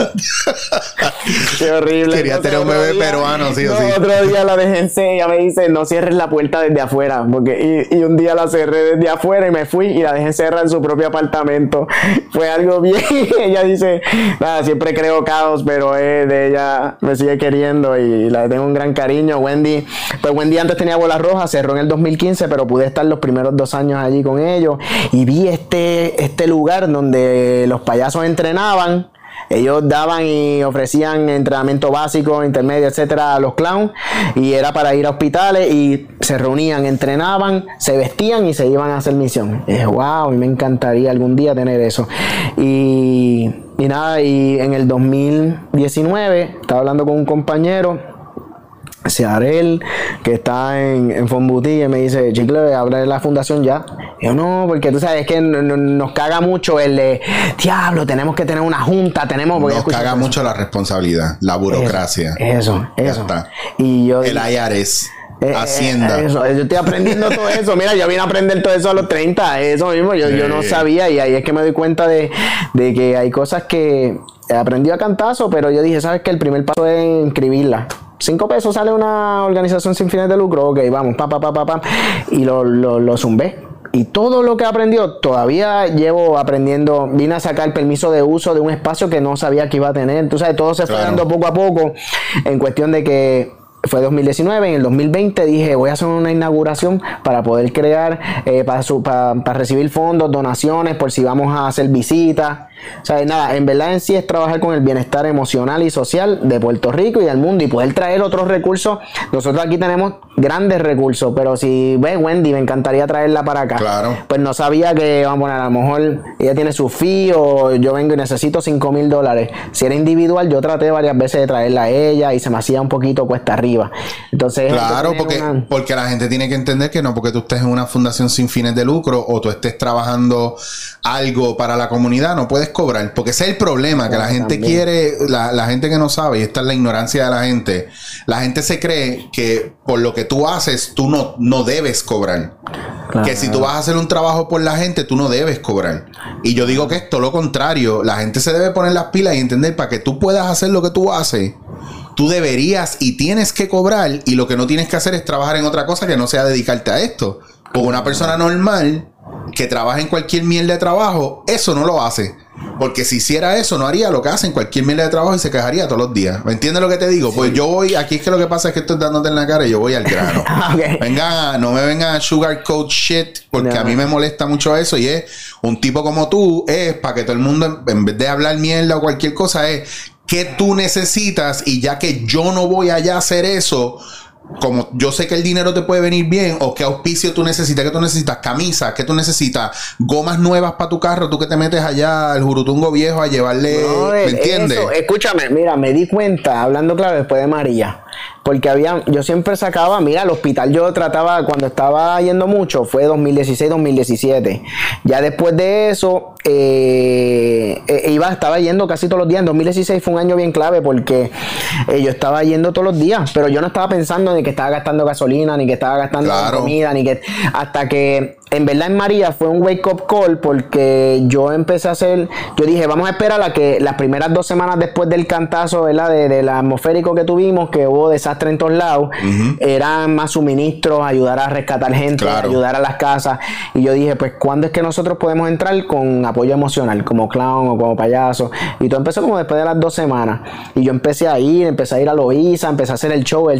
Qué horrible. Quería tener un bebé peruano, sí o sí. Otro día la dejé en C, ella me dice, no cierres la puerta desde afuera, y un día la cerré desde afuera y me fui y la dejé encerrada en su propio apartamento. Fue algo bien. Ella dice, nada, siempre creo caos, pero de ella me sigue queriendo y la tengo un gran cariño. Wendy antes tenía Bola Roja, cerró en el 2015, pero pude estar los primeros 2 años allí con ellos y vi este lugar donde los payasos entrenaban. Ellos daban y ofrecían entrenamiento básico, intermedio, etcétera, a los clowns, y era para ir a hospitales y se reunían, entrenaban, se vestían y se iban a hacer misión. Y dije, wow, me encantaría algún día tener eso. Y nada, y en el 2019 estaba hablando con un compañero Ciarel, que está en Fonboutique, y me dice, Chicle, habla de la fundación ya. Y yo, no, porque tú sabes que nos caga mucho el de, diablo, tenemos que tener una junta, nos caga mucho la responsabilidad, la burocracia. Eso. Está. Y yo, el IRS. Hacienda. Eso, yo estoy aprendiendo todo eso. Mira, yo vine a aprender todo eso a los 30. Eso mismo, yo no sabía. Y ahí es que me doy cuenta de que hay cosas que he aprendido a cantazo, pero yo dije, ¿sabes qué? El primer paso es inscribirla. 5 pesos sale una organización sin fines de lucro. Ok, vamos, y lo zumbé. Y todo lo que he aprendido, todavía llevo aprendiendo. Vine a sacar el permiso de uso de un espacio que no sabía que iba a tener. Tú sabes, todo se fue dando poco a poco, en cuestión de que fue 2019, en el 2020 dije, voy a hacer una inauguración para poder crear, para recibir fondos, donaciones, por si vamos a hacer visitas. O sea, nada, en verdad en sí es trabajar con el bienestar emocional y social de Puerto Rico y del mundo y poder traer otros recursos. Nosotros aquí tenemos grandes recursos, pero si ves Wendy, me encantaría traerla para acá. Claro. Pues no sabía que, vamos a lo mejor ella tiene su fee o yo vengo y necesito $5,000. Si era individual, yo traté varias veces de traerla a ella y se me hacía un poquito cuesta arriba. Entonces, claro, porque la gente tiene que entender que no porque tú estés en una fundación sin fines de lucro o tú estés trabajando algo para la comunidad, no puedes cobrar, porque ese es el problema, que la gente quiere, la gente que no sabe, y esta es la ignorancia de la gente se cree que por lo que tú haces, tú no debes cobrar. Claro. Que si tú vas a hacer un trabajo por la gente, tú no debes cobrar. Y yo digo que es todo lo contrario, la gente se debe poner las pilas y entender, para que tú puedas hacer lo que tú haces, tú deberías y tienes que cobrar, y lo que no tienes que hacer es trabajar en otra cosa que no sea dedicarte a esto. Porque una persona normal que trabaja en cualquier mierda de trabajo, eso no lo hace. Porque si hiciera eso, no haría lo que hace en cualquier mierda de trabajo y se quejaría todos los días. ¿Me entiendes lo que te digo? Sí. Pues yo voy, aquí es que lo que pasa es que estoy dándote en la cara y yo voy al grano. Okay. No me vengan a sugarcoat shit, porque a mí me molesta mucho eso. Y es un tipo como tú, es para que todo el mundo, en vez de hablar mierda o cualquier cosa, es qué tú necesitas, y ya que yo no voy allá a hacer eso, como yo sé que el dinero te puede venir bien, o qué auspicio tú necesitas, que tú necesitas camisas, que tú necesitas gomas nuevas para tu carro, tú que te metes allá al jurutungo viejo a llevarle, ¿me entiendes? Eso, escúchame, mira, me di cuenta, hablando claro, después de María, porque yo siempre sacaba, mira, el hospital yo trataba, cuando estaba yendo mucho, fue 2016-2017, ya después de eso, estaba yendo casi todos los días. En 2016 fue un año bien clave porque yo estaba yendo todos los días, pero yo no estaba pensando ni que estaba gastando gasolina, ni que estaba gastando comida, ni que, hasta que en verdad en María fue un wake up call, porque yo empecé a hacer, yo dije, vamos a esperar a que las primeras 2 semanas después del cantazo, ¿verdad? Del atmosférico que tuvimos, que hubo desastre en todos lados, eran más suministros, ayudar a rescatar gente, ayudar a las casas, y yo dije, pues ¿cuándo es que nosotros podemos entrar con apoyo emocional, como clown o como payaso? Y todo empezó como después de las 2 semanas, y yo empecé a ir a Loíza, empecé a hacer el show,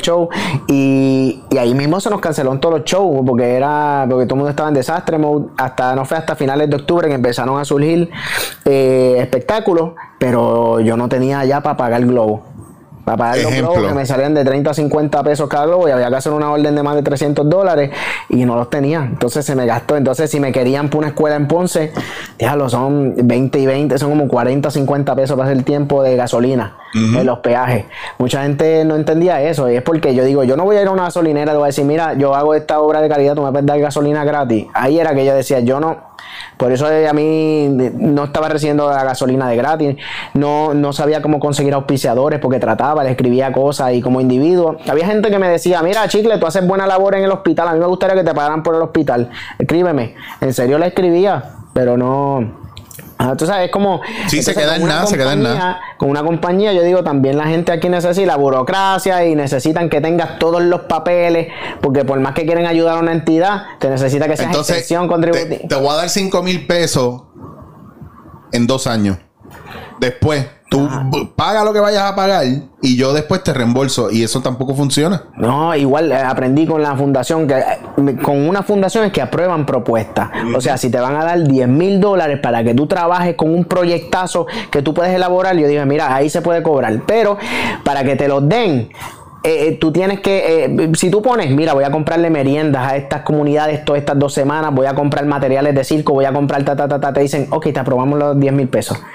y ahí mismo se nos cancelaron todos los shows, porque todo el mundo estaba en desastre mode. Hasta finales de octubre que empezaron a surgir espectáculos, pero yo no tenía ya para pagar el globo. Para pagar los globos que me salían de 30 a 50 pesos cada globo, y había que hacer una orden de más de $300 y no los tenía. Entonces se me gastó. Entonces, si me querían por una escuela en Ponce, déjalo, son 20 y 20, son como 40 50 pesos para hacer el tiempo de gasolina en los peajes. Mucha gente no entendía eso, y es porque yo digo, yo no voy a ir a una gasolinera y le voy a decir, mira, yo hago esta obra de caridad, tú me puedes dar gasolina gratis. Ahí era que yo decía, yo no. Por eso a mí no estaba recibiendo la gasolina de gratis, no sabía cómo conseguir auspiciadores, porque trataba, le escribía cosas, y como individuo había gente que me decía, mira Chicle, tú haces buena labor en el hospital, a mí me gustaría que te pagaran por el hospital, escríbeme. En serio le escribía, pero no. Tú sabes, es como... Sí, se queda en nada. Con una compañía, yo digo, también la gente aquí necesita la burocracia y necesitan que tengas todos los papeles, porque por más que quieren ayudar a una entidad, te necesita que seas exención contributiva. Te voy a dar $5,000 en 2 años. Después, tú paga lo que vayas a pagar y yo después te reembolso, y eso tampoco funciona. No, igual aprendí con la fundación, que con una fundación es que aprueban propuestas. O sea, si te van a dar $10,000 para que tú trabajes con un proyectazo que tú puedes elaborar, yo dije, mira, ahí se puede cobrar, pero para que te los den, tú tienes que, si tú pones, mira, voy a comprarle meriendas a estas comunidades todas estas 2 semanas, voy a comprar materiales de circo, voy a comprar te dicen, ok, te aprobamos los $10,000.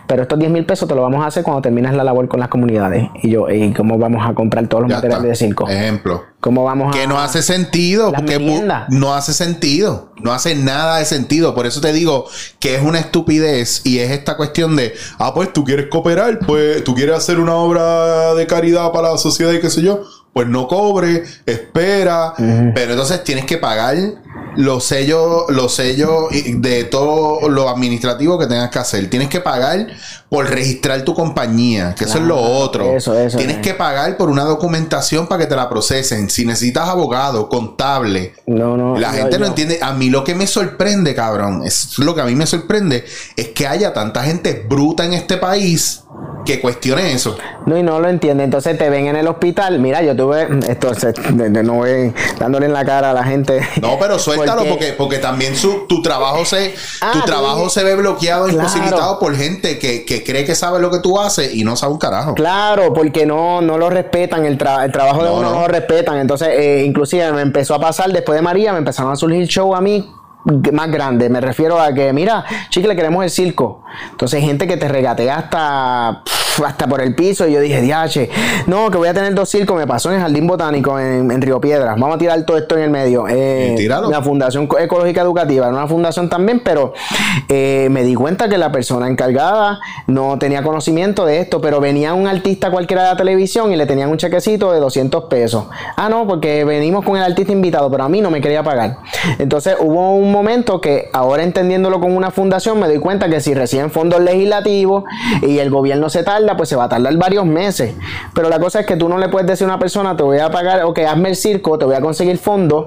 pero estos 10,000 pesos te lo vamos a hacer cuando termines la labor con las comunidades. Y yo, ¿y cómo vamos a comprar todos los materiales de circo? Ejemplo. ¿Cómo vamos que no hace sentido, porque no hace sentido, no hace nada de sentido. Por eso te digo que es una estupidez y es esta cuestión de, pues tú quieres cooperar, pues tú quieres hacer una obra de caridad para la sociedad y qué sé yo, pues no cobre, espera, pero entonces tienes que pagar los sellos de todo lo administrativo que tengas que hacer. Tienes que pagar por registrar tu compañía, que eso es lo otro. Eso, tienes que pagar por una documentación para que te la procesen. Si necesitas abogado, contable. La gente no entiende. A mí lo que me sorprende, cabrón, es lo que a mí me sorprende, es que haya tanta gente bruta en este país que cuestione eso. No, y no lo entiende. Entonces te ven en el hospital. Mira, yo tuve esto, no voy dándole en la cara a la gente. No, pero suéltalo porque también tu trabajo se ve bloqueado, imposibilitado por gente que cree que sabe lo que tú haces y no sabe un carajo. Claro, porque no lo respetan, el trabajo de uno no lo respetan. Entonces, inclusive me empezó a pasar después de María, me empezaron a surgir show a mí más grande. Me refiero a que, mira, chicle, queremos el circo. Entonces, gente que te regatea hasta por el piso. Y yo dije, diache, no, que voy a tener 2 circos. Me pasó en el Jardín Botánico en Río Piedras. Vamos a tirar todo esto en el medio. La Fundación Ecológica Educativa era una fundación también, pero me di cuenta que la persona encargada no tenía conocimiento de esto, pero venía un artista cualquiera de la televisión y le tenían un chequecito de 200 pesos. No, porque venimos con el artista invitado, pero a mí no me quería pagar. Entonces hubo un momento que ahora, entendiéndolo con una fundación, me doy cuenta que si reciben fondos legislativos y el gobierno se tarda, pues se va a tardar varios meses. Pero la cosa es que tú no le puedes decir a una persona, te voy a pagar, ok, hazme el circo, te voy a conseguir fondos,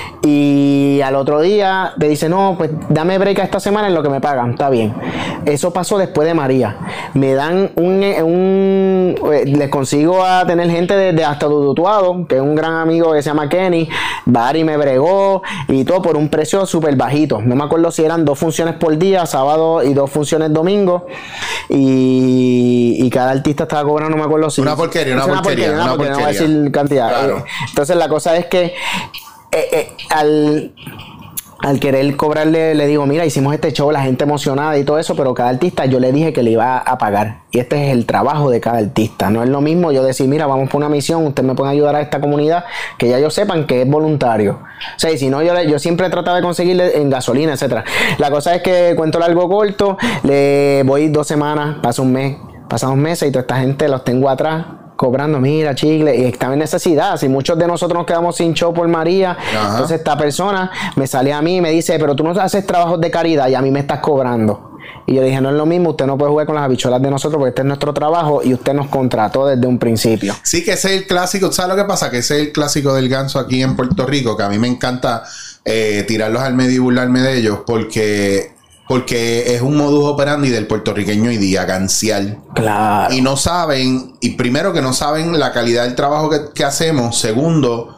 y al otro día te dice, no, pues dame break a esta semana en lo que me pagan. Está bien. Eso pasó después de María. Me dan les consigo a tener gente de hasta Dudutuado, que es un gran amigo que se llama Kenny. Barry me bregó y todo por un precio súper bajito. No me acuerdo si eran 2 funciones por día, sábado, y 2 funciones domingo. Y cada artista estaba cobrando, no me acuerdo si... Una porquería. No voy a decir cantidad. Claro. Entonces la cosa es que al querer cobrarle, le digo, mira, hicimos este show, la gente emocionada y todo eso, pero cada artista yo le dije que le iba a pagar. Y este es el trabajo de cada artista. No es lo mismo yo decir, mira, vamos por una misión, ustedes me pueden ayudar a esta comunidad, que ya ellos sepan que es voluntario. O sea, y si no, yo siempre trataba de conseguirle en gasolina, etcétera. La cosa es que, cuento largo corto, le voy 2 semanas, pasa un mes, pasan 2 meses y toda esta gente los tengo atrás cobrando, mira, chicle, y estaba en necesidad. Si muchos de nosotros nos quedamos sin show por María, entonces esta persona me sale a mí y me dice, pero tú no haces trabajos de caridad y a mí me estás cobrando. Y yo dije, no es lo mismo, usted no puede jugar con las habichuelas de nosotros porque este es nuestro trabajo y usted nos contrató desde un principio. Sí, que ese es el clásico. ¿Sabes lo que pasa? Que ese es el clásico del ganso aquí en Puerto Rico, que a mí me encanta tirarlos al medio y burlarme de ellos porque es un modus operandi del puertorriqueño hoy día, gancial. Claro. Y no saben, y primero que no saben la calidad del trabajo que hacemos. Segundo,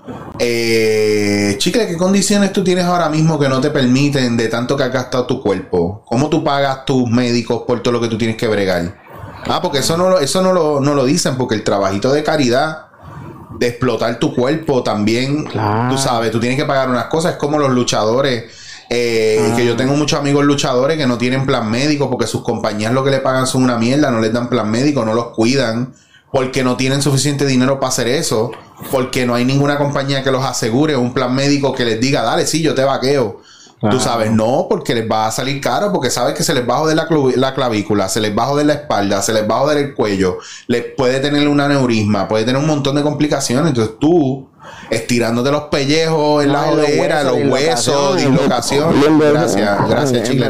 chicle, ¿qué condiciones tú tienes ahora mismo que no te permiten de tanto que has gastado tu cuerpo? ¿Cómo tú pagas tus médicos por todo lo que tú tienes que bregar? Porque eso no lo dicen, porque el trabajito de caridad, de explotar tu cuerpo también, claro. Tú sabes, tú tienes que pagar unas cosas. Es como los luchadores. Que yo tengo muchos amigos luchadores que no tienen plan médico porque sus compañías lo que le pagan son una mierda, no les dan plan médico, no los cuidan porque no tienen suficiente dinero para hacer eso, porque no hay ninguna compañía que los asegure un plan médico que les diga, dale, sí, yo te vaqueo. Tú sabes, no, porque les va a salir caro, porque sabes que se les va a joder la clavícula, se les va a joder la espalda, se les va a joder el cuello, les puede tener un aneurisma, puede tener un montón de complicaciones. Entonces tú, estirándote los pellejos en la jodera, los huesos, dislocación. Gracias, Chicle.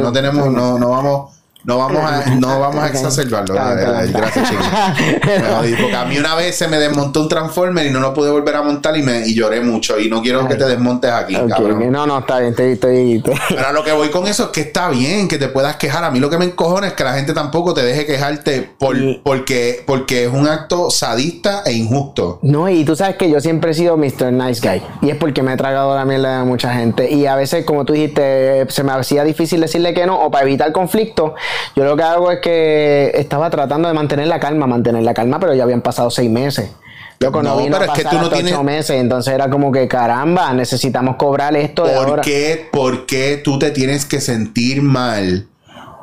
No vamos a exacerbarlo. Gracias, Chicle. Porque a mí una vez se me desmontó un Transformer y no lo pude volver a montar y lloré mucho. Y no quiero que te desmontes aquí, cabrón. No, está bien, estoy. Pero a lo que voy con eso es que está bien que te puedas quejar. A mí lo que me encojona es que la gente tampoco te deje quejarte porque es un acto sadista e injusto. No, y tú sabes que yo siempre he sido Mr. Nice Guy. Y es porque me he tragado la mierda de mucha gente. Y a veces, como tú dijiste, se me hacía difícil decirle que no, o para evitar conflicto. Yo lo que hago es que estaba tratando de mantener la calma, pero ya habían pasado 6 meses. Loco, no vino pero a pasar es que tú no tienes 8 meses, entonces era como que caramba, necesitamos cobrar esto de ahora. ¿Por qué tú te tienes que sentir mal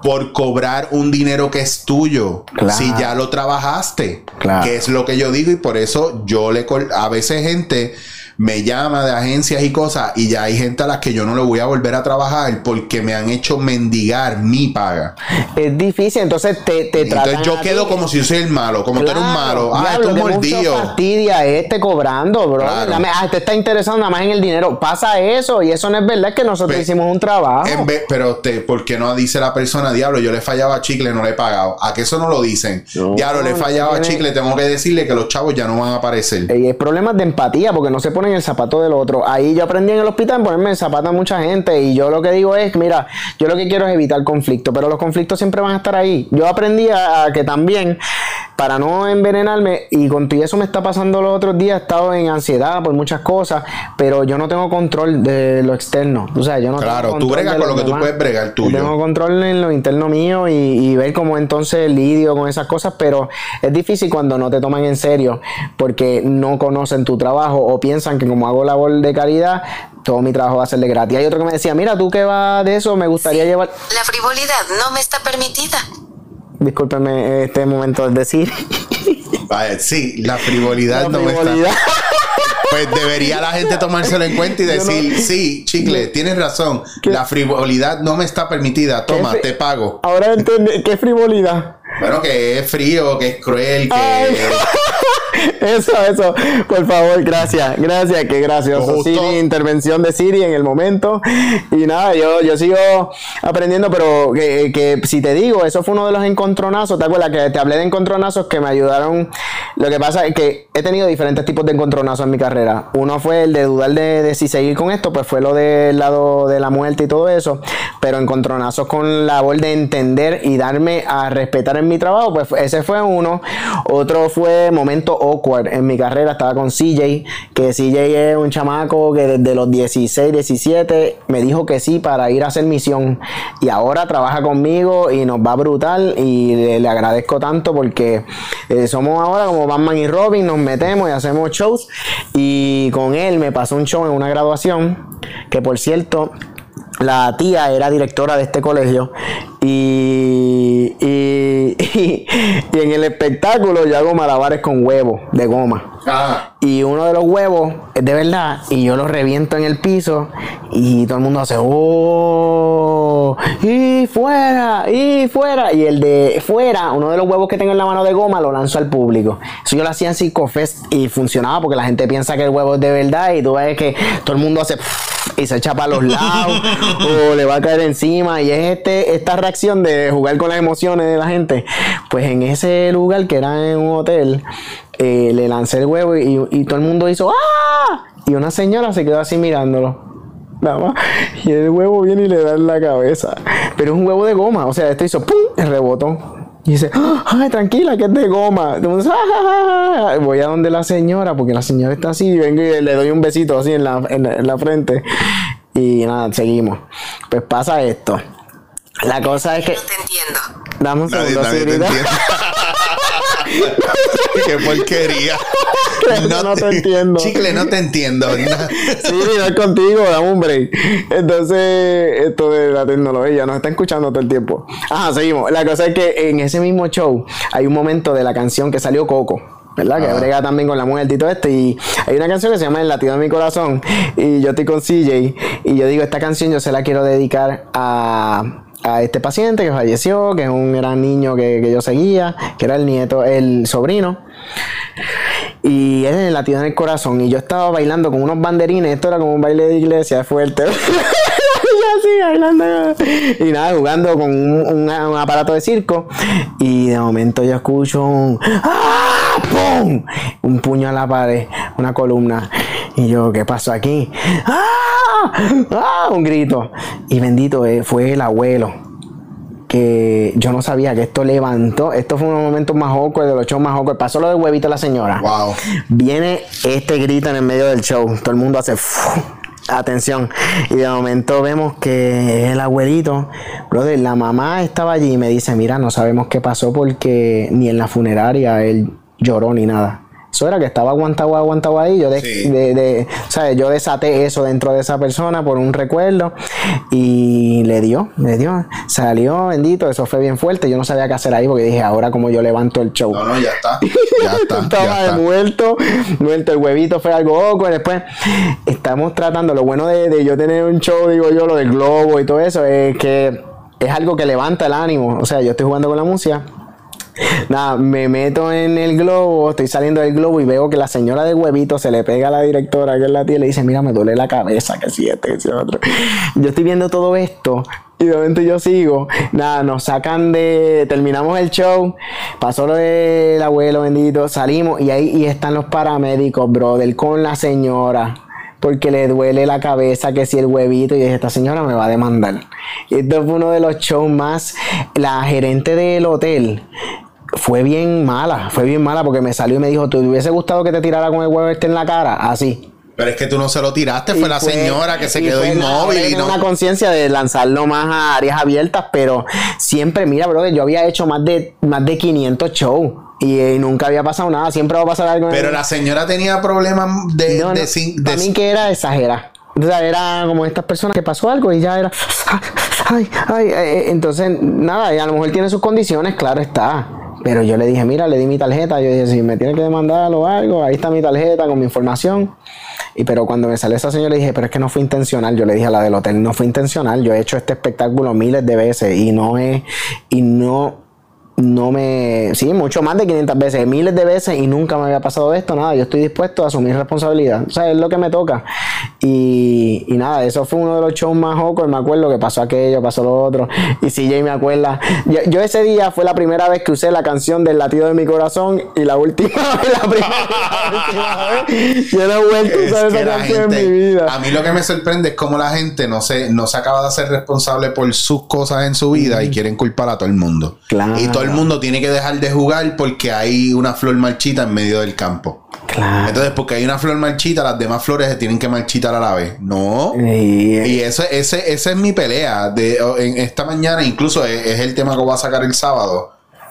por cobrar un dinero que es tuyo. Claro. Si ya lo trabajaste. Claro. Que es lo que yo digo y por eso a veces gente me llama de agencias y cosas y ya hay gente a las que yo no le voy a volver a trabajar porque me han hecho mendigar mi paga. Es difícil, entonces te tratan. Entonces yo quedo como si yo soy el malo, como tú eres un malo. Esto es mordido. Fastidia cobrando, bro. Claro. Te está interesando nada más en el dinero. Pasa eso y eso no es verdad, es que nosotros hicimos un trabajo. Pero ¿por qué no dice la persona, diablo, yo le fallaba a Chicle, no le he pagado? ¿A qué eso no lo dicen? No, diablo, le fallaba a Chicle, tengo que decirle que los chavos ya no van a aparecer. Y hay problemas de empatía porque no se ponen en el zapato del otro. Ahí yo aprendí en el hospital a ponerme en el zapato a mucha gente y yo lo que digo es, mira, yo lo que quiero es evitar conflicto, pero los conflictos siempre van a estar ahí. Yo aprendí a que también, para no envenenarme, y con todo eso me está pasando los otros días, he estado en ansiedad por muchas cosas, pero yo no tengo control de lo externo. O sea, yo no claro, tengo tú bregas con lo que demás. tú puedes bregar tuyo. Yo tengo control en lo interno mío y ver cómo entonces lidio con esas cosas, pero es difícil cuando no te toman en serio porque no conocen tu trabajo o piensan que como hago labor de caridad, todo mi trabajo va a ser de gratis. Hay otro que me decía, mira, tú que vas de eso, me gustaría llevar... La frivolidad no me está permitida. Discúlpeme este momento de decir. Vaya, sí, la frivolidad no frivolidad. está. Pues debería la gente tomárselo en cuenta y decir, sí, Chicle, tienes razón. La frivolidad no me está permitida. Toma, te pago. Ahora entendí, ¿qué frivolidad? Bueno, que es frío, que es cruel, que... Ay. Eso, por favor, gracias, qué gracioso. Siri, intervención de Siri en el momento. Y nada, yo sigo aprendiendo, pero que si te digo, eso fue uno de los encontronazos. ¿Te acuerdas que te hablé de encontronazos que me ayudaron? Lo que pasa es que he tenido diferentes tipos de encontronazos en mi carrera. Uno fue el de dudar de si seguir con esto, pues fue lo del lado de la muerte y todo eso. Pero encontronazos con la labor de entender y darme a respetar en mi trabajo, pues ese fue uno. Otro fue momento awkward en mi carrera. Estaba con CJ, que CJ es un chamaco que desde los 16, 17 me dijo que sí para ir a hacer misión y ahora trabaja conmigo y nos va brutal y le agradezco tanto porque somos ahora como Batman y Robin, nos metemos y hacemos shows. Y con él me pasó un show en una graduación que, por cierto, la tía era directora de este colegio y en el espectáculo yo hago malabares con huevos de goma. Y uno de los huevos es de verdad y yo lo reviento en el piso y todo el mundo hace ¡oh! ¡Y fuera! Y el de fuera, uno de los huevos que tengo en la mano de goma, lo lanzo al público. Eso yo lo hacía en Circo Fest y funcionaba porque la gente piensa que el huevo es de verdad y tú ves que todo el mundo hace y se echa para los lados o le va a caer encima y es esta reacción de jugar con las emociones de la gente. Pues en ese lugar que era en un hotel, le lancé el huevo y todo el mundo hizo ¡ah! Y una señora se quedó así mirándolo. Nada más. Y el huevo viene y le da en la cabeza. Pero es un huevo de goma. O sea, esto hizo ¡pum! Y rebotó. Y dice, ¡ay, tranquila, que es de goma! Entonces, ¡ah! Voy a donde la señora, porque la señora está así, y vengo y le doy un besito así en la frente. Y nada, seguimos. Pues pasa esto. La cosa es que... No te entiendo. Dame un segundo, Nadie te entiende. ¡Qué porquería! No te entiendo. Chicle, no te entiendo. Sí, no es contigo, dame un break. Entonces, esto de la tecnología nos está escuchando todo el tiempo. Ajá, seguimos. La cosa es que en ese mismo show hay un momento de la canción que salió Coco, ¿verdad? Que brega también con la muerte y todo esto. Y hay una canción que se llama El latido de mi corazón. Y yo estoy con CJ. Y yo digo, esta canción yo se la quiero dedicar a este paciente que falleció, que es un gran niño que yo seguía, que era el sobrino. Y él en el latido en el corazón. Y yo estaba bailando con unos banderines. Esto era como un baile de iglesia fuerte. Y así bailando. Y nada, jugando con un aparato de circo. Y de momento yo escucho un ¡ah! ¡Pum! Un puño a la pared, una columna. Y yo, ¿qué pasó aquí? ¡Ah! ¡Ah! Un grito. Y bendito, fue el abuelo. Que yo no sabía que esto levantó. Esto fue uno de los momentos más awkward, de los shows más awkward. Pasó lo del huevito de la señora. Wow. Viene este grito en el medio del show. Todo el mundo hace atención. Y de momento vemos que el abuelito, brother, la mamá estaba allí y me dice, mira, no sabemos qué pasó porque ni en la funeraria él lloró ni nada. Eso era que estaba aguantado ahí. Yo, ¿sabes? Yo desaté eso dentro de esa persona por un recuerdo y le dio. Salió, bendito, eso fue bien fuerte. Yo no sabía qué hacer ahí porque dije, ahora como yo levanto el show. No, ya está. Estaba muerto. El huevito fue algo oco. Después estamos tratando, lo bueno de yo tener un show, digo yo, lo del globo y todo eso, es que es algo que levanta el ánimo. O sea, yo estoy jugando con la música. Nada, me meto en el globo, estoy saliendo del globo y veo que la señora del huevito se le pega a la directora, que es la tía, y le dice, mira, me duele la cabeza, que si que si otro. Yo estoy viendo todo esto y de momento yo sigo. Nada, nos sacan terminamos el show, pasó lo del abuelo bendito, salimos y ahí están los paramédicos, brother, con la señora. Porque le duele la cabeza, que si el huevito, y dije, esta señora me va a demandar. Y esto fue uno de los shows más. La gerente del hotel fue bien mala porque me salió y me dijo, ¿te hubiese gustado que te tirara con el huevo en la cara? Así. Pero es que tú no se lo tiraste, fue la señora que se quedó inmóvil. Y no una conciencia de lanzarlo más a áreas abiertas, pero siempre, mira, brother, yo había hecho más de 500 shows. Y nunca había pasado nada, siempre va a pasar algo. Pero la señora tenía problemas para mí que era exagerar. O sea, era como estas personas que pasó algo y ya era entonces nada, y a lo mejor tiene sus condiciones, claro está. Pero yo le dije, mira, le di mi tarjeta, yo dije, si me tiene que demandar o algo, ahí está mi tarjeta con mi información. Pero cuando me salió esa señora le dije, pero es que no fue intencional. Yo le dije a la del hotel, no fue intencional, yo he hecho este espectáculo miles de veces sí, mucho más de 500 veces, miles de veces, y nunca me había pasado esto, nada, yo estoy dispuesto a asumir responsabilidad, o sea, es lo que me toca, y nada, eso fue uno de los shows más jocos, me acuerdo que pasó aquello, pasó lo otro, y CJ me acuerda, yo ese día fue la primera vez que usé la canción del latido de mi corazón, y la última vez, yo no he vuelto a usar esa canción en mi vida. A mí lo que me sorprende es cómo la gente no se acaba de hacer responsable por sus cosas en su vida y quieren culpar a todo el mundo. Claro. Y todo el mundo tiene que dejar de jugar porque hay una flor marchita en medio del campo. Claro. Entonces, porque hay una flor marchita, las demás flores se tienen que marchitar a la vez. No. Y esa es mi pelea. En esta mañana, incluso es el tema que voy a sacar el sábado.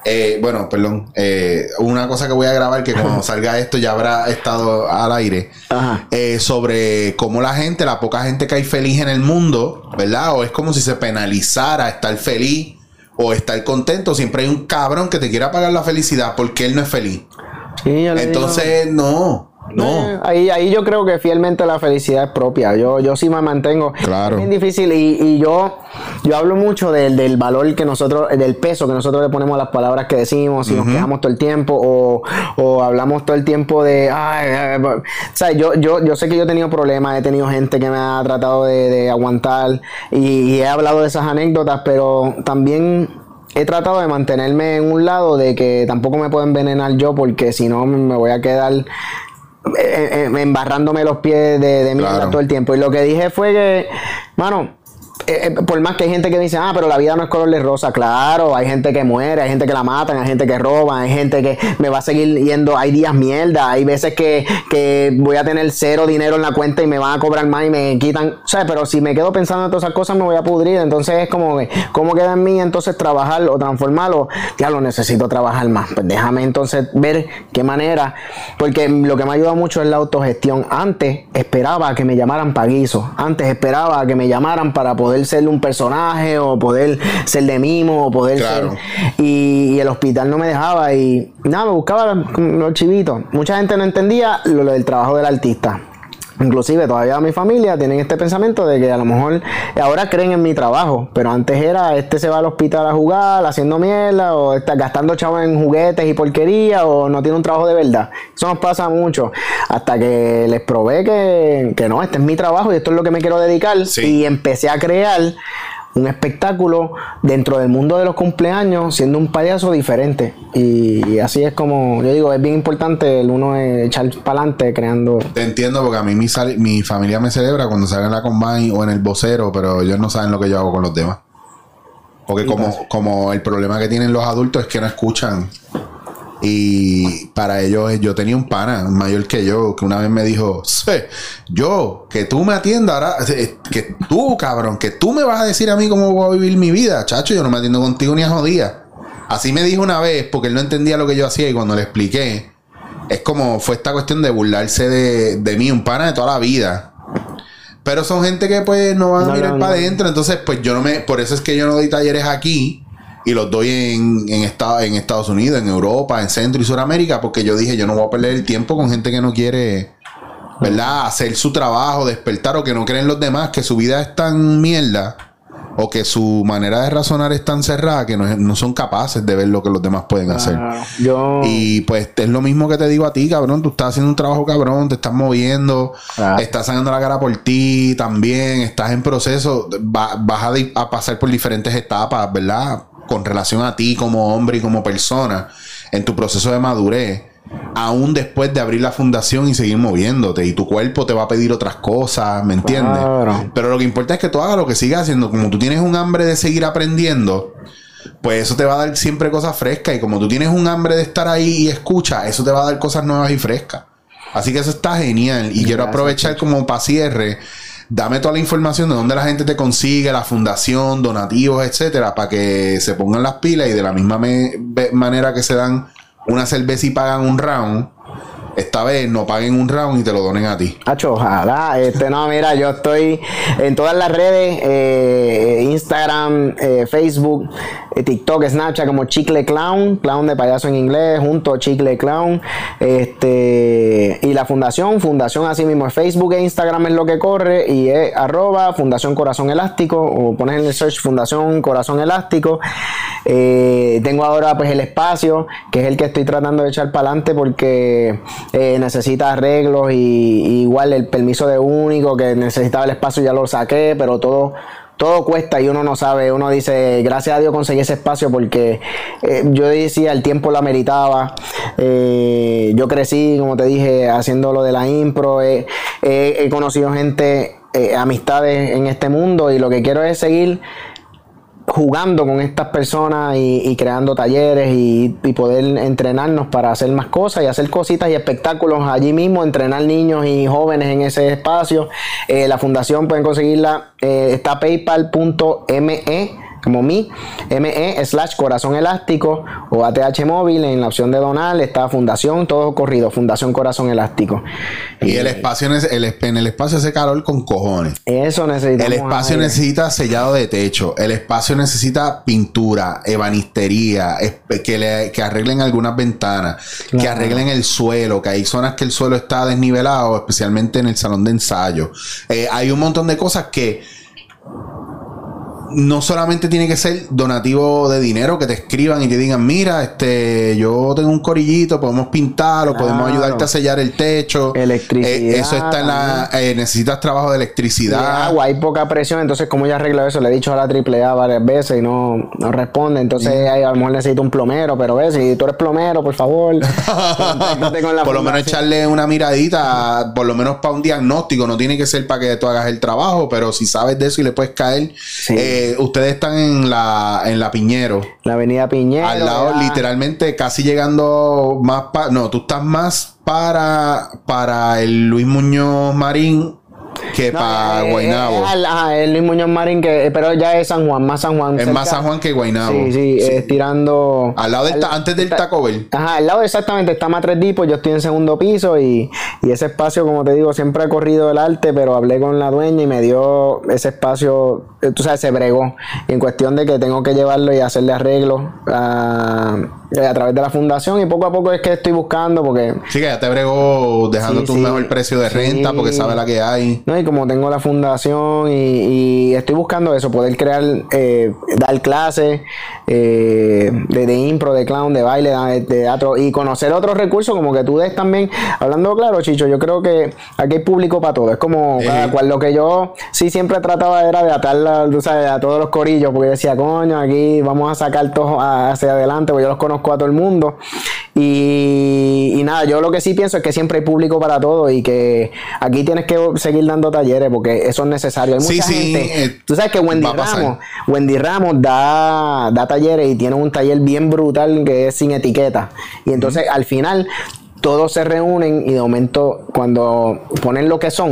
Una cosa que voy a grabar que cuando salga esto ya habrá estado al aire. Sobre cómo la poca gente que hay feliz en el mundo, ¿verdad? O es como si se penalizara estar feliz o estar contento. Siempre hay un cabrón que te quiera pagar la felicidad porque él no es feliz. Sí, entonces, no. Ahí yo creo que fielmente la felicidad es propia. Yo sí me mantengo. Claro. Es bien difícil y yo hablo mucho del valor que nosotros, del peso que nosotros le ponemos a las palabras que decimos, si nos quejamos todo el tiempo o hablamos todo el tiempo de o sea, yo sé que yo he tenido problemas, he tenido gente que me ha tratado de aguantar y he hablado de esas anécdotas, pero también he tratado de mantenerme en un lado de que tampoco me puedo envenenar yo, porque si no me voy a quedar embarrándome los pies de mierda todo el tiempo. Y lo que dije fue que, mano, por más que hay gente que dice, pero la vida no es color de rosa, claro, hay gente que muere, hay gente que la matan, hay gente que roba, hay gente que me va a seguir yendo, hay días mierda, hay veces que voy a tener cero dinero en la cuenta y me van a cobrar más y me quitan, o sea, pero si me quedo pensando en todas esas cosas me voy a pudrir. Entonces es como que, ¿cómo queda en mí entonces trabajar o transformarlo? Ya lo necesito trabajar más, pues déjame entonces ver qué manera, porque lo que me ha ayudado mucho es la autogestión. Antes esperaba a que me llamaran para guiso, antes esperaba a que me llamaran para poder ser un personaje o poder ser de mimo o poder ser, y el hospital no me dejaba y nada, me buscaba los chivitos. Mucha gente no entendía lo del trabajo del artista. Inclusive todavía mi familia tienen este pensamiento de que a lo mejor ahora creen en mi trabajo, pero antes era se va al hospital a jugar haciendo mierda o está gastando chavos en juguetes y porquería o no tiene un trabajo de verdad. Eso nos pasa mucho hasta que les probé que no, este es mi trabajo y esto es lo que me quiero dedicar. Y empecé a crear un espectáculo dentro del mundo de los cumpleaños, siendo un payaso diferente. Y así es como yo digo, es bien importante el uno echar para adelante creando. Te entiendo, porque a mí mi familia me celebra cuando salgo en la Combine o en el vocero, pero ellos no saben lo que yo hago con los demás. Porque como el problema que tienen los adultos es que no escuchan. Y para ellos, yo tenía un pana mayor que yo, que una vez me dijo, que tú me atiendas ahora, que tú, cabrón, que tú me vas a decir a mí cómo voy a vivir mi vida, chacho, yo no me atiendo contigo ni a jodía. Así me dijo una vez, porque él no entendía lo que yo hacía, y cuando le expliqué, es como fue esta cuestión de burlarse de mí, un pana de toda la vida. Pero son gente que pues no van a mirar para adentro. Entonces, pues yo no me... Por eso es que yo no doy talleres aquí. Y los doy en Estados Unidos, en Europa, en Centro y Suramérica. Porque yo dije, yo no voy a perder el tiempo con gente que no quiere, ¿verdad?, hacer su trabajo, despertar, o que no creen los demás, que su vida es tan mierda, o que su manera de razonar es tan cerrada, que no son capaces de ver lo que los demás pueden hacer. Y pues es lo mismo que te digo a ti, cabrón. Tú estás haciendo un trabajo cabrón, te estás moviendo, estás sacando la cara por ti también, estás en proceso, vas a pasar por diferentes etapas, ¿verdad?, con relación a ti como hombre y como persona en tu proceso de madurez, aún después de abrir la fundación y seguir moviéndote, y tu cuerpo te va a pedir otras cosas, ¿me entiendes? Claro. Pero lo que importa es que tú hagas lo que sigas haciendo. Como tú tienes un hambre de seguir aprendiendo, pues eso te va a dar siempre cosas frescas, y como tú tienes un hambre de estar ahí y escucha, eso te va a dar cosas nuevas y frescas. Así que eso está genial, y quiero aprovechar como para cierre. Dame toda la información de dónde la gente te consigue, la fundación, donativos, etcétera, para que se pongan las pilas, y de la misma manera que se dan una cerveza y pagan un round, esta vez no paguen un round y te lo donen a ti. Acho, ojalá. No, mira, yo estoy en todas las redes, Instagram, Facebook, TikTok, Snapchat, como Chicle Clown, clown de payaso en inglés, junto Chicle Clown. Y la fundación así mismo es Facebook e Instagram, es lo que corre, y es @ Fundación Corazón Elástico, o pones en el search Fundación Corazón Elástico. Tengo ahora pues el espacio, que es el que estoy tratando de echar para adelante, porque necesita arreglos, y igual el permiso de único que necesitaba el espacio ya lo saqué, pero todo cuesta, y uno no sabe. Uno dice, gracias a Dios conseguí ese espacio, porque yo decía, el tiempo lo ameritaba. Yo crecí, como te dije, haciendo lo de la impro. He conocido gente, amistades en este mundo, y lo que quiero es seguir jugando con estas personas y creando talleres y poder entrenarnos para hacer más cosas y hacer cositas y espectáculos allí mismo, entrenar niños y jóvenes en ese espacio. La fundación pueden conseguirla, está paypal.me como /corazón elástico, o ATH móvil. En la opción de donar está fundación, todo corrido, Fundación Corazón Elástico. Y el espacio, en el espacio hace calor con cojones. Eso necesitamos. El espacio necesita sellado de techo. El espacio necesita pintura, ebanistería, que arreglen algunas ventanas, claro, que arreglen el suelo, que hay zonas que el suelo está desnivelado, especialmente en el salón de ensayo. Hay un montón de cosas que no solamente tiene que ser donativo de dinero, que te escriban y te digan, mira, yo tengo un corillito, podemos pintarlo, claro, podemos ayudarte a sellar el techo. Electricidad. Eso está en la... necesitas trabajo de electricidad. De agua, hay poca presión. Entonces, ¿cómo yo arreglo eso? Le he dicho a la AAA varias veces y no responde. Entonces, a lo mejor necesito un plomero, pero si tú eres plomero, por favor, contáctate con la por lo menos echarle una miradita, por lo menos para un diagnóstico. No tiene que ser para que tú hagas el trabajo, pero si sabes de eso y le puedes caer... Sí. Ustedes están en la Piñero. La avenida Piñero. Al lado, literalmente, casi llegando más... tú estás más para el Luis Muñoz Marín que para Guaynabo. El Luis Muñoz Marín, pero ya es San Juan, más San Juan. Es cerca. Más San Juan que Guaynabo. Sí, tirando... Al lado antes del Taco Bell. Ajá, al lado exactamente está Matres Depot. Yo estoy en segundo piso, y ese espacio, como te digo, siempre he corrido el arte, pero hablé con la dueña y me dio ese espacio, tú sabes, se bregó. Y en cuestión de que tengo que llevarlo y hacerle arreglos a través de la fundación, y poco a poco es que estoy buscando, porque... Sí, que ya te bregó dejándote un mejor precio de renta, porque sabe la que hay. No, y como tengo la fundación y estoy buscando eso, poder crear, dar clases de impro, de clown, de baile, de teatro, y conocer otros recursos, como que tú des también. Hablando claro, Chicho, yo creo que aquí hay público para todo. Es como cada cual. Lo que yo sí siempre trataba era de atarla, tú sabes, a todos los corillos, porque decía, coño, aquí vamos a sacar todo hacia adelante, porque yo los conozco a todo el mundo. Y nada, yo lo que sí pienso es que siempre hay público para todo, y que aquí tienes que seguir dando talleres, porque eso es necesario. Hay mucha gente. Tú sabes que Wendy Ramos da talleres, y tiene un taller bien brutal que es sin etiqueta. Y entonces al final todos se reúnen, y de momento cuando ponen lo que son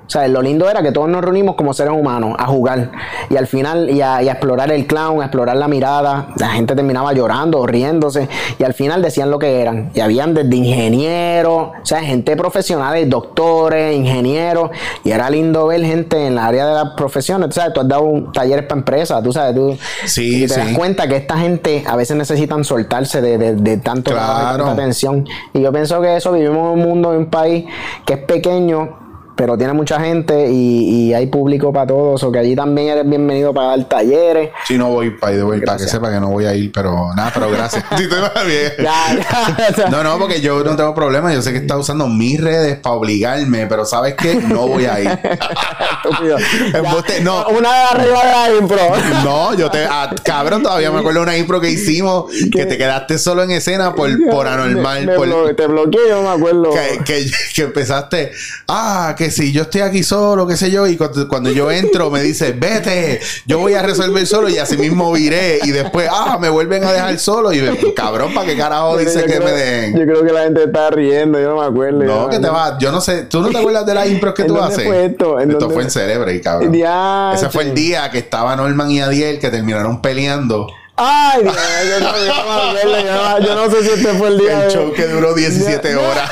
O sea, lo lindo era que todos nos reunimos como seres humanos a jugar y al final y a explorar el clown, a explorar la mirada. La gente terminaba llorando o riéndose y al final decían lo que eran. Y habían desde ingenieros, o sea, gente profesionales, doctores, ingenieros. Y era lindo ver gente en la área de las profesiones. Tú sabes, tú has dado talleres para empresas, tú sabes, tú Sí, y te das cuenta que esta gente a veces necesitan soltarse de tanto trabajo y tanta tensión. Y yo pienso que eso, vivimos en un mundo, en un país que es pequeño, pero tiene mucha gente y hay público para todos, o que allí también eres bienvenido para dar talleres. Sí, no voy para que sepa que no voy a ir, pero nada, pero gracias. Sí, te va bien. No, porque yo no tengo problema. Yo sé que estás usando mis redes para obligarme, pero ¿sabes qué? No voy a ir. Estúpido. No. Una arriba de la impro. No, cabrón, todavía me acuerdo de una impro que hicimos que te quedaste solo en escena por anormal. Te bloqueé, yo me acuerdo. Que empezaste, que si yo estoy aquí solo, qué sé yo, y cuando yo entro me dice, vete, yo voy a resolver solo, y así mismo viré, y después, me vuelven a dejar solo, y cabrón, ¿para qué carajo dice que me dejen? Yo creo que la gente está riendo, yo no me acuerdo. No, que te vas, yo no sé, ¿tú no te acuerdas de las impros que tú haces? Fue esto? Esto fue en Cerebro, y cabrón. Ese fue el día que estaba Norman y Adiel, que terminaron peleando. Ay, Dios, yo no me acuerdo, yo no sé si este fue el día. El show que duró 17 horas.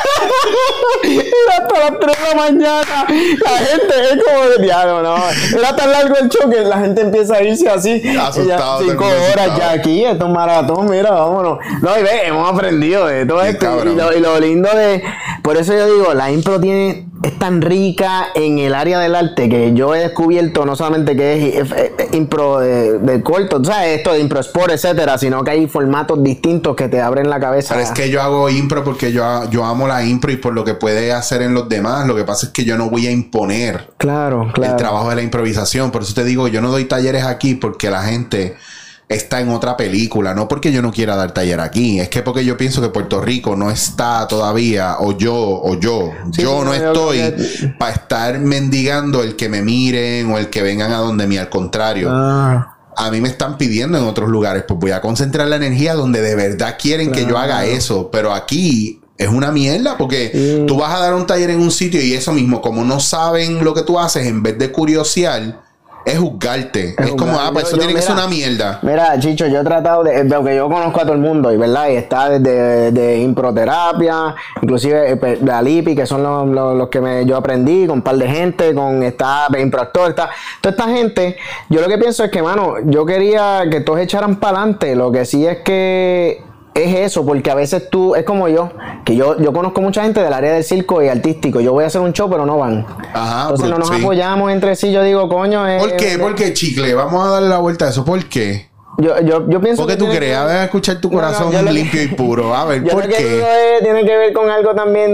Era hasta las 3 de la mañana. La gente es como de diablo, no. Era tan largo el show que la gente empieza a irse así. Asustado. 5 horas ya aquí, esto es maratón, mira, vámonos. No, y ve, hemos aprendido de todo esto. Y lo lindo de. Por eso yo digo, la impro es tan rica en el área del arte que yo he descubierto no solamente que es impro de corto, ¿sabes? Esto de impro sport, etcétera, sino que hay formatos distintos que te abren la cabeza. Pero es que yo hago impro porque yo amo la impro y por lo que puede hacer en los demás. Lo que pasa es que yo no voy a imponer el trabajo de la improvisación. Por eso te digo, yo no doy talleres aquí porque la gente está en otra película, no porque yo no quiera dar taller aquí, es que porque yo pienso que Puerto Rico no está todavía, yo no estoy para estar mendigando el que me miren o el que vengan a donde mí, al contrario. A mí me están pidiendo en otros lugares, pues voy a concentrar la energía donde de verdad quieren que yo haga eso, pero aquí es una mierda porque tú vas a dar un taller en un sitio y eso mismo, como no saben lo que tú haces, en vez de curiosear, es juzgarte. Es como, pues eso tiene que ser una mierda. Mira, Chicho, yo he tratado de que yo conozco a todo el mundo, y verdad, y está desde improterapia, inclusive la Lipi, que son los que yo aprendí, con un par de gente, está improactor, está toda esta gente. Yo lo que pienso es que, mano, yo quería que todos echaran para adelante. Lo que sí es que es eso, porque a veces es como que yo conozco mucha gente del área del circo y artístico. Yo voy a hacer un show, pero no van. Ajá, entonces no nos apoyamos entre sí. Yo digo, coño. ¿Por qué? ¿Por qué, Chicle? Vamos a darle la vuelta a eso. ¿Por qué? Yo pienso. Porque tú crees, a ver, escuchar tu corazón limpio y puro. A ver, ¿por qué? Tiene que ver con algo también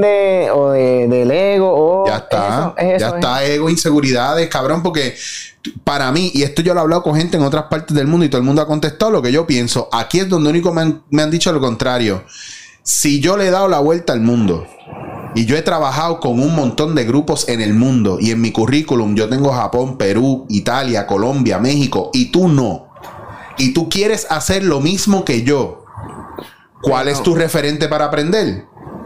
del ego. Ya está. Ya está, ego, inseguridades, cabrón, porque para mí, y esto yo lo he hablado con gente en otras partes del mundo y todo el mundo ha contestado lo que yo pienso. Aquí es donde único me han dicho lo contrario. Si yo le he dado la vuelta al mundo y yo he trabajado con un montón de grupos en el mundo y en mi currículum yo tengo Japón, Perú, Italia, Colombia, México, y tú no, y tú quieres hacer lo mismo que yo, ¿cuál es tu referente para aprender?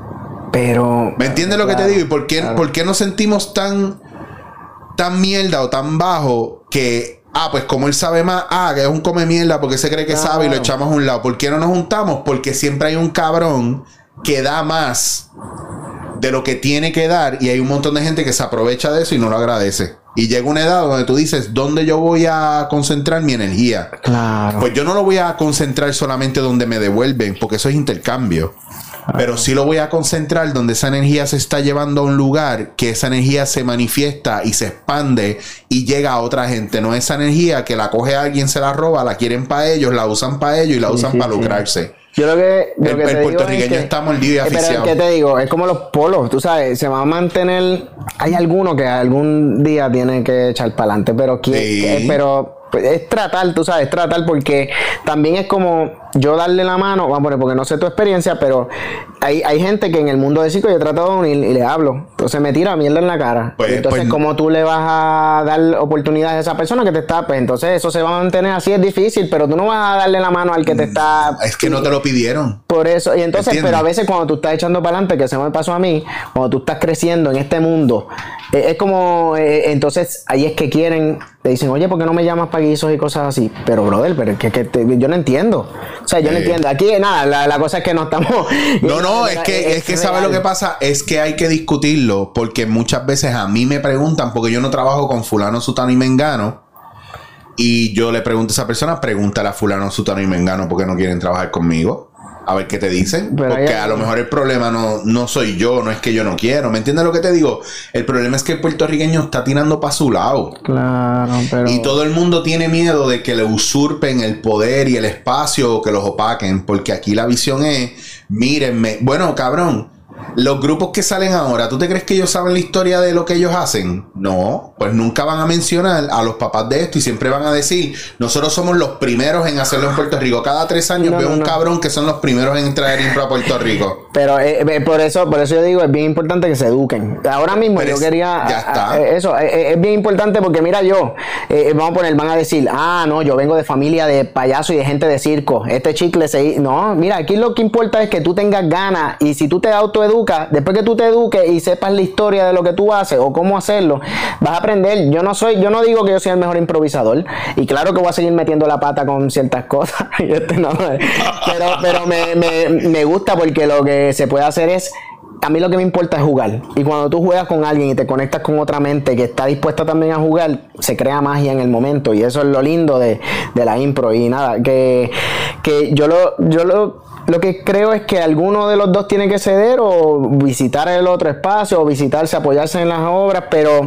Pero ¿me entiendes lo que te digo? ¿Y por qué nos sentimos tan mierda o tan bajo que pues como él sabe más, que es un come mierda porque se cree que sabe y lo echamos a un lado? ¿Por qué no nos juntamos? Porque siempre hay un cabrón que da más de lo que tiene que dar y hay un montón de gente que se aprovecha de eso y no lo agradece. Y llega una edad donde tú dices, ¿dónde yo voy a concentrar mi energía? Claro. Pues yo no lo voy a concentrar solamente donde me devuelven, porque eso es intercambio. Pero sí lo voy a concentrar donde esa energía se está llevando a un lugar, que esa energía se manifiesta y se expande y llega a otra gente. No esa energía que la coge alguien, se la roba, la quieren para ellos, la usan para ellos y la usan para lucrarse. Yo lo que el puertorriqueño está mordido y aficiado. Pero ¿qué te digo? Es como los polos, tú sabes, se va a mantener. Hay alguno que algún día tiene que echar para adelante, pero es tratar, tú sabes, tratar, porque también es como yo darle la mano, vamos a poner, porque no sé tu experiencia, pero hay gente que en el mundo del circo yo he tratado de unir y le hablo. Entonces me tira mierda en la cara. Pues, entonces, ¿cómo tú le vas a dar oportunidades a esa persona que te está? Pues entonces eso se va a mantener así, es difícil, pero tú no vas a darle la mano al que te está... Es que no te lo pidieron. Por eso, y entonces, ¿Entiendes? pero a veces cuando tú estás echando para adelante, que se me pasó a mí, cuando tú estás creciendo en este mundo, es como, entonces ahí es que quieren, te dicen, oye, ¿por qué no me llamas para guisos y cosas así? Pero, brother, pero es que yo no entiendo. O sea, yo no entiendo. Aquí, nada, la cosa es que no estamos... No, es que ¿sabes lo que pasa? Es que hay que discutirlo, porque muchas veces a mí me preguntan, porque yo no trabajo con fulano, sutano y mengano, y yo le pregunto a esa persona, pregúntale a fulano, sutano y mengano porque no quieren trabajar conmigo. A ver qué te dicen. Pero porque a lo mejor el problema no soy yo, no es que yo no quiero. ¿Me entiendes lo que te digo? El problema es que el puertorriqueño está tirando para su lado. Claro, pero... Y todo el mundo tiene miedo de que le usurpen el poder y el espacio o que los opaquen. Porque aquí la visión es, mírenme. Bueno, cabrón, los grupos que salen ahora, ¿tú te crees que ellos saben la historia de lo que ellos hacen? No, pues nunca van a mencionar a los papás de esto y siempre van a decir, nosotros somos los primeros en hacerlo en Puerto Rico. Cada 3 años veo un cabrón que son los primeros en traer impro a Puerto Rico. Pero por eso yo digo, es bien importante que se eduquen. Ahora mismo Pero yo quería... ya está. Eso, es bien importante porque mira van a decir, no, yo vengo de familia de payasos y de gente de circo. Este chicle No, mira, aquí lo que importa es que tú tengas ganas y si tú te autoeducas, después que tú te eduques y sepas la historia de lo que tú haces o cómo hacerlo, vas a aprender. Yo no digo que yo sea el mejor improvisador y claro que voy a seguir metiendo la pata con ciertas cosas pero me gusta porque lo que se puede hacer es, a mí lo que me importa es jugar, y cuando tú juegas con alguien y te conectas con otra mente que está dispuesta también a jugar, se crea magia en el momento, y eso es lo lindo de la impro. Y nada, que yo lo que creo es que alguno de los dos tiene que ceder o visitar el otro espacio o visitarse, apoyarse en las obras,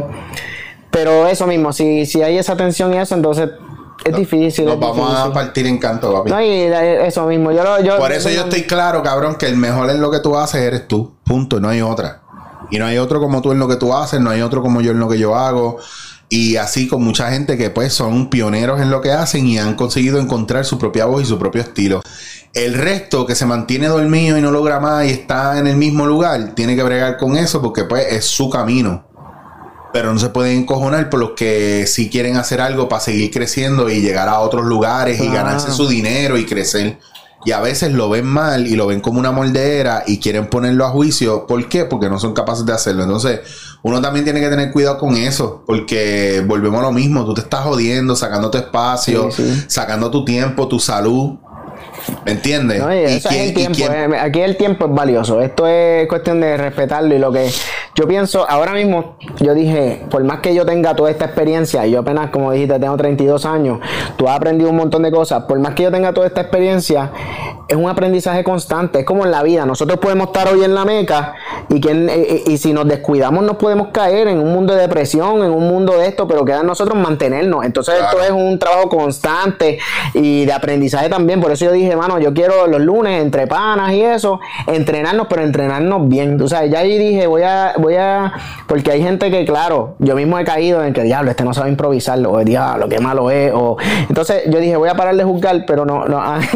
pero eso mismo, si hay esa tensión y eso, entonces es difícil. Nos vamos a partir en canto, papi. No, y eso mismo. Por eso yo estoy claro, cabrón, que el mejor en lo que tú haces eres tú. Punto. No hay otra. Y no hay otro como tú en lo que tú haces. No hay otro como yo en lo que yo hago. Y así con mucha gente que pues son pioneros en lo que hacen y han conseguido encontrar su propia voz y su propio estilo. El resto que se mantiene dormido y no logra más y está en el mismo lugar, tiene que bregar con eso porque pues es su camino. Pero no se pueden encojonar por los que sí quieren hacer algo para seguir creciendo y llegar a otros lugares y ganarse su dinero y crecer. Y a veces lo ven mal y lo ven como una moldera y quieren ponerlo a juicio. ¿Por qué? Porque no son capaces de hacerlo. Entonces, uno también tiene que tener cuidado con eso. Porque volvemos a lo mismo. Tú te estás jodiendo, sacando tu espacio, sacando tu tiempo, tu salud. ¿Me entiendes? No, eso es el tiempo. Aquí el tiempo es valioso. Esto es cuestión de respetarlo. Y lo que yo pienso, ahora mismo, yo dije, por más que yo tenga toda esta experiencia, y yo apenas, como dijiste, tengo 32 años, tú has aprendido un montón de cosas. Por más que yo tenga toda esta experiencia, es un aprendizaje constante. Es como en la vida. Nosotros podemos estar hoy en la meca y si nos descuidamos nos podemos caer en un mundo de depresión, en un mundo de esto, pero queda en nosotros mantenernos. Entonces esto es un trabajo constante y de aprendizaje también. Por eso yo dije, mano, yo quiero los lunes entre panas y eso, entrenarnos, pero entrenarnos bien. O sea, ya ahí dije, voy a, porque hay gente que, claro, yo mismo he caído en que, diablo, este no sabe improvisarlo, o diablo, qué malo es, o entonces yo dije, voy a parar de juzgar, pero no,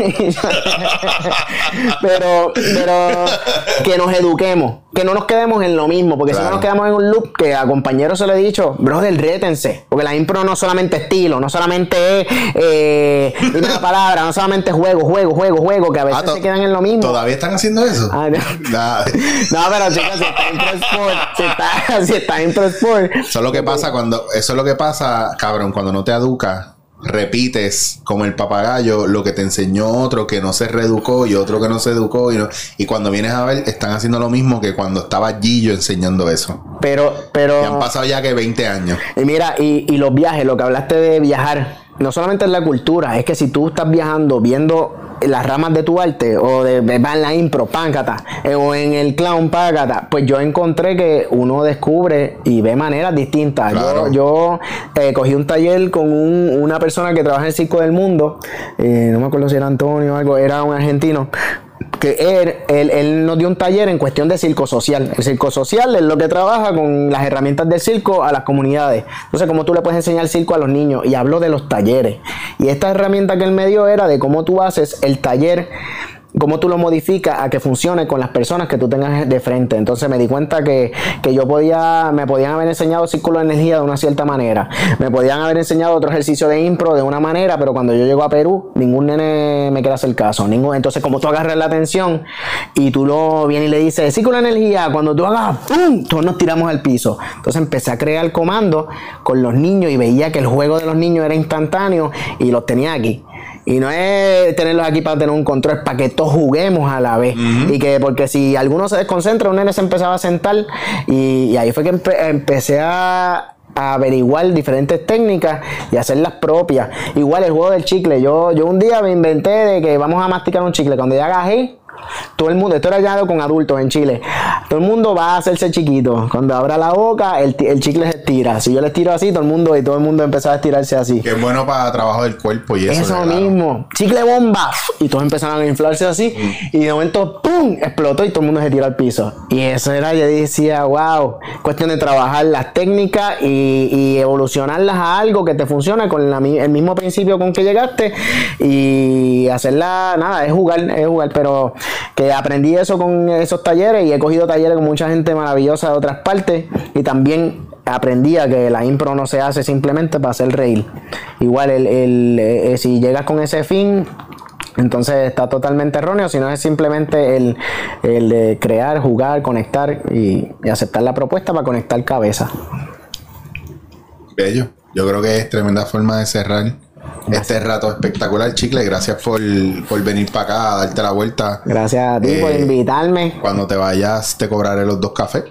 pero que nos eduquemos, que no nos quedemos en lo mismo, porque si no nos quedamos en un loop, que a compañeros se lo he dicho, brother, rétense, porque la impro no solamente estilo, no solamente es dime la palabra, no solamente juego, que a veces se quedan en lo mismo. ¿Todavía están haciendo eso? No. No, pero chicos, si está impro sport, si está impro sport. Eso es lo que pasa, cabrón, cuando no te educas. Repites como el papagayo lo que te enseñó otro que no se reeducó y otro que no se educó y cuando vienes a ver están haciendo lo mismo que cuando estaba Gillo enseñando eso. Pero y han pasado ya que 20 años. Y mira, y los viajes, lo que hablaste de viajar, no solamente es la cultura, es que si tú estás viajando viendo las ramas de tu arte o de en la impro, páncata, o en el clown, páncata, pues yo encontré que uno descubre y ve maneras distintas. Claro. Yo cogí un taller con una persona que trabaja en el Circo del Mundo, no me acuerdo si era Antonio o algo, era un argentino, que él nos dio un taller en cuestión de circo social. El circo social es lo que trabaja con las herramientas del circo a las comunidades. Entonces, cómo tú le puedes enseñar circo a los niños. Y habló de los talleres. Y esta herramienta que él me dio era de cómo tú haces el taller cómo tú lo modificas a que funcione con las personas que tú tengas de frente. Entonces me di cuenta que yo me podían haber enseñado círculo de energía de una cierta manera, me podían haber enseñado otro ejercicio de impro de una manera, pero cuando yo llego a Perú, ningún nene me quiere hacer caso. Entonces, como tú agarras la atención y tú lo vienes y le dices, círculo de energía, cuando tú hagas, ¡pum!, todos nos tiramos al piso. Entonces empecé a crear comando con los niños y veía que el juego de los niños era instantáneo y los tenía aquí. Y no es tenerlos aquí para tener un control, es para que todos juguemos a la vez. Y que, porque si alguno se desconcentra, un nene se empezaba a sentar. Y ahí fue que empecé a averiguar diferentes técnicas y hacerlas propias. Igual el juego del chicle. Yo un día me inventé de que vamos a masticar un chicle. Cuando ya agajé, todo el mundo, esto era ya con adultos en Chile, todo el mundo va a hacerse chiquito. Cuando abra la boca, el chicle se estira. Si yo le estiro así, todo el mundo empezaba a estirarse así. Que es bueno para trabajo del cuerpo y eso. Eso mismo, chicle bomba. Y todos empezaron a inflarse así. Y de momento, ¡pum!, explotó y todo el mundo se tiró al piso. Y eso era, yo decía, wow, cuestión de trabajar las técnicas y evolucionarlas a algo que te funcione con el mismo principio con que llegaste. Y hacerla, nada, es jugar, pero que aprendí eso con esos talleres y he cogido talleres con mucha gente maravillosa de otras partes y también aprendí a que la impro no se hace simplemente para hacer reír. Igual si llegas con ese fin, entonces está totalmente erróneo, sino es simplemente el de crear, jugar, conectar y aceptar la propuesta para conectar cabeza. Bello. Yo creo que es tremenda forma de cerrar este rato espectacular, Chicle. Gracias por venir para acá a darte la vuelta. Gracias a ti por invitarme. Cuando te vayas te cobraré los 2 cafés.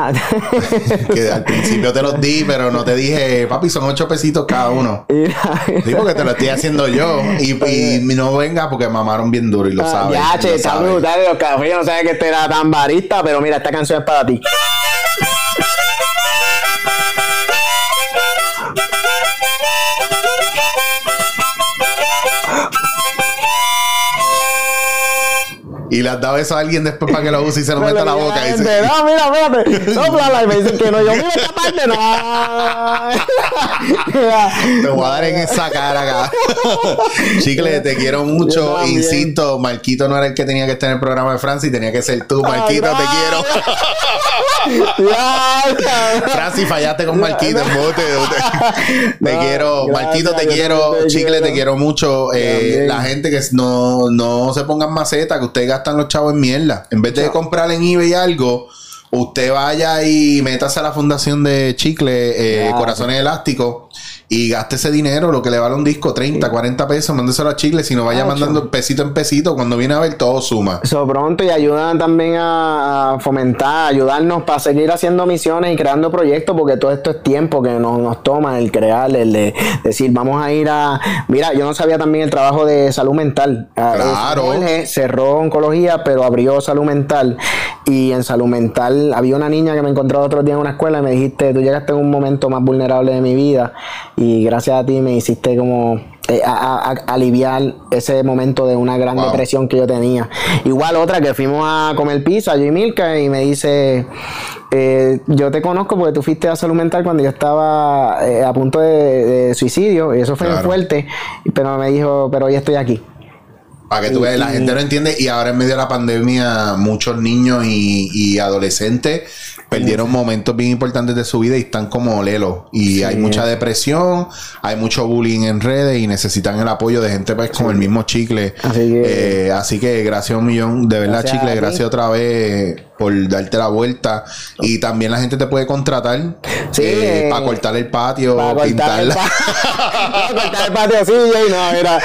Que al principio te los di, pero no te dije, papi, son 8 pesitos cada uno. Sí, porque te lo estoy haciendo yo. Y no venga porque mamaron bien duro y lo sabes. Ya, che, está brutal los cafés. Yo no sabía que este era tan barista, pero mira, esta canción es para ti. Y le has dado eso a alguien después para que lo use y se lo meta a la boca. Dice, no, mira, espérate. Sóplala. Y me dicen que no. Yo, mira esta parte, no. Te voy a dar en esa cara acá. Chicle, te quiero mucho. Insisto, Marquito no era el que tenía que estar en el programa de Francis, tenía que ser tú. Marquito, te quiero. Francis, fallaste con Marquito en bote. Te quiero. Marquito, te quiero. Chicle, te quiero mucho. La gente que no se pongan maceta, que ustedes gastan los chavos en mierda. En vez de comprar en eBay algo, usted vaya y métase a la fundación de Chicle, Corazones Elásticos, y gaste ese dinero, lo que le vale un disco, 30, 40 pesos, mándeselo a Chicle, si no vaya mandando pesito en pesito, cuando viene a ver todo suma. Eso pronto, y ayudan también a fomentar, ayudarnos para seguir haciendo misiones y creando proyectos, porque todo esto es tiempo que nos toma el crear, el de decir, vamos a ir a... Mira, yo no sabía también el trabajo de salud mental. Claro. Jorge cerró oncología, pero abrió salud mental, y en salud mental había una niña que me encontró otro día en una escuela y me dijiste, tú llegaste en un momento más vulnerable de mi vida, y gracias a ti me hiciste como aliviar ese momento de una gran depresión que yo tenía. Igual otra que fuimos a comer pizza, yo y Milka, y me dice, yo te conozco porque tú fuiste a salud mental cuando yo estaba a punto de suicidio, y eso fue muy fuerte, pero me dijo, pero hoy estoy aquí. Para que tú veas, la gente no entiende, y ahora en medio de la pandemia muchos niños y adolescentes perdieron momentos bien importantes de su vida y están como lelos, y hay mucha depresión, hay mucho bullying en redes y necesitan el apoyo de gente pues como el mismo Chicle. Así que gracias un millón, de verdad, Chicle, gracias otra vez por darte la vuelta. Y también la gente te puede contratar para cortar el patio, pintarla. Para cortar el patio, sí, no, mira,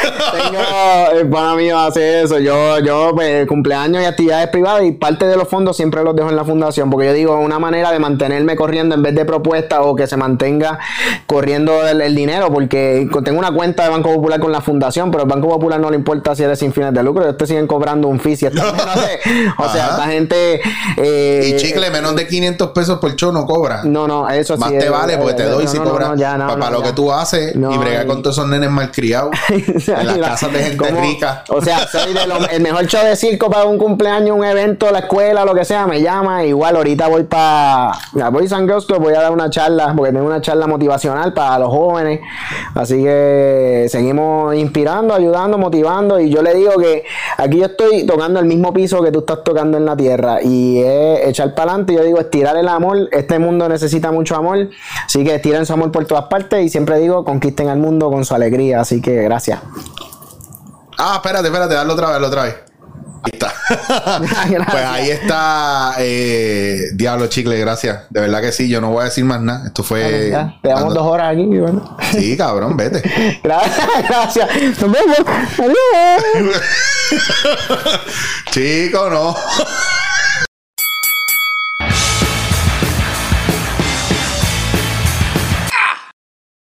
el pana mío hace eso. Yo pues, cumpleaños y actividades privadas, y parte de los fondos siempre los dejo en la fundación, porque yo digo, una manera de mantenerme corriendo en vez de propuestas, o que se mantenga corriendo el dinero, porque tengo una cuenta de Banco Popular con la fundación, pero el Banco Popular no le importa si eres sin fines de lucro, ellos te siguen cobrando un fee si estás, o sea, esta gente... y Chicle, menos de 500 pesos por show no cobra. No, eso más sí. Más te vale, porque te doy si cobras para lo que tú haces, y bregar con todos esos nenes malcriados en las casas de gente rica. O sea, soy el mejor show de circo para un cumpleaños, un evento, la escuela, lo que sea, me llama. Igual ahorita voy para a Boys and Girls Club voy a dar una charla, porque tengo una charla motivacional para los jóvenes. Así que seguimos inspirando, ayudando, motivando. Y yo le digo que aquí yo estoy tocando el mismo piso que tú estás tocando en la tierra. Y es echar para adelante. Yo digo, estirar el amor. Este mundo necesita mucho amor. Así que estiren su amor por todas partes. Y siempre digo, conquisten al mundo con su alegría. Así que gracias. Espérate, dale otra vez. Ahí está. Pues ahí está. Diablo, Chicle, gracias. De verdad que sí, yo no voy a decir más nada. Esto fue. Ya, te damos 2 horas aquí. Bueno. Sí, cabrón, vete. Gracias. Nos vemos. Adiós. Chico, no.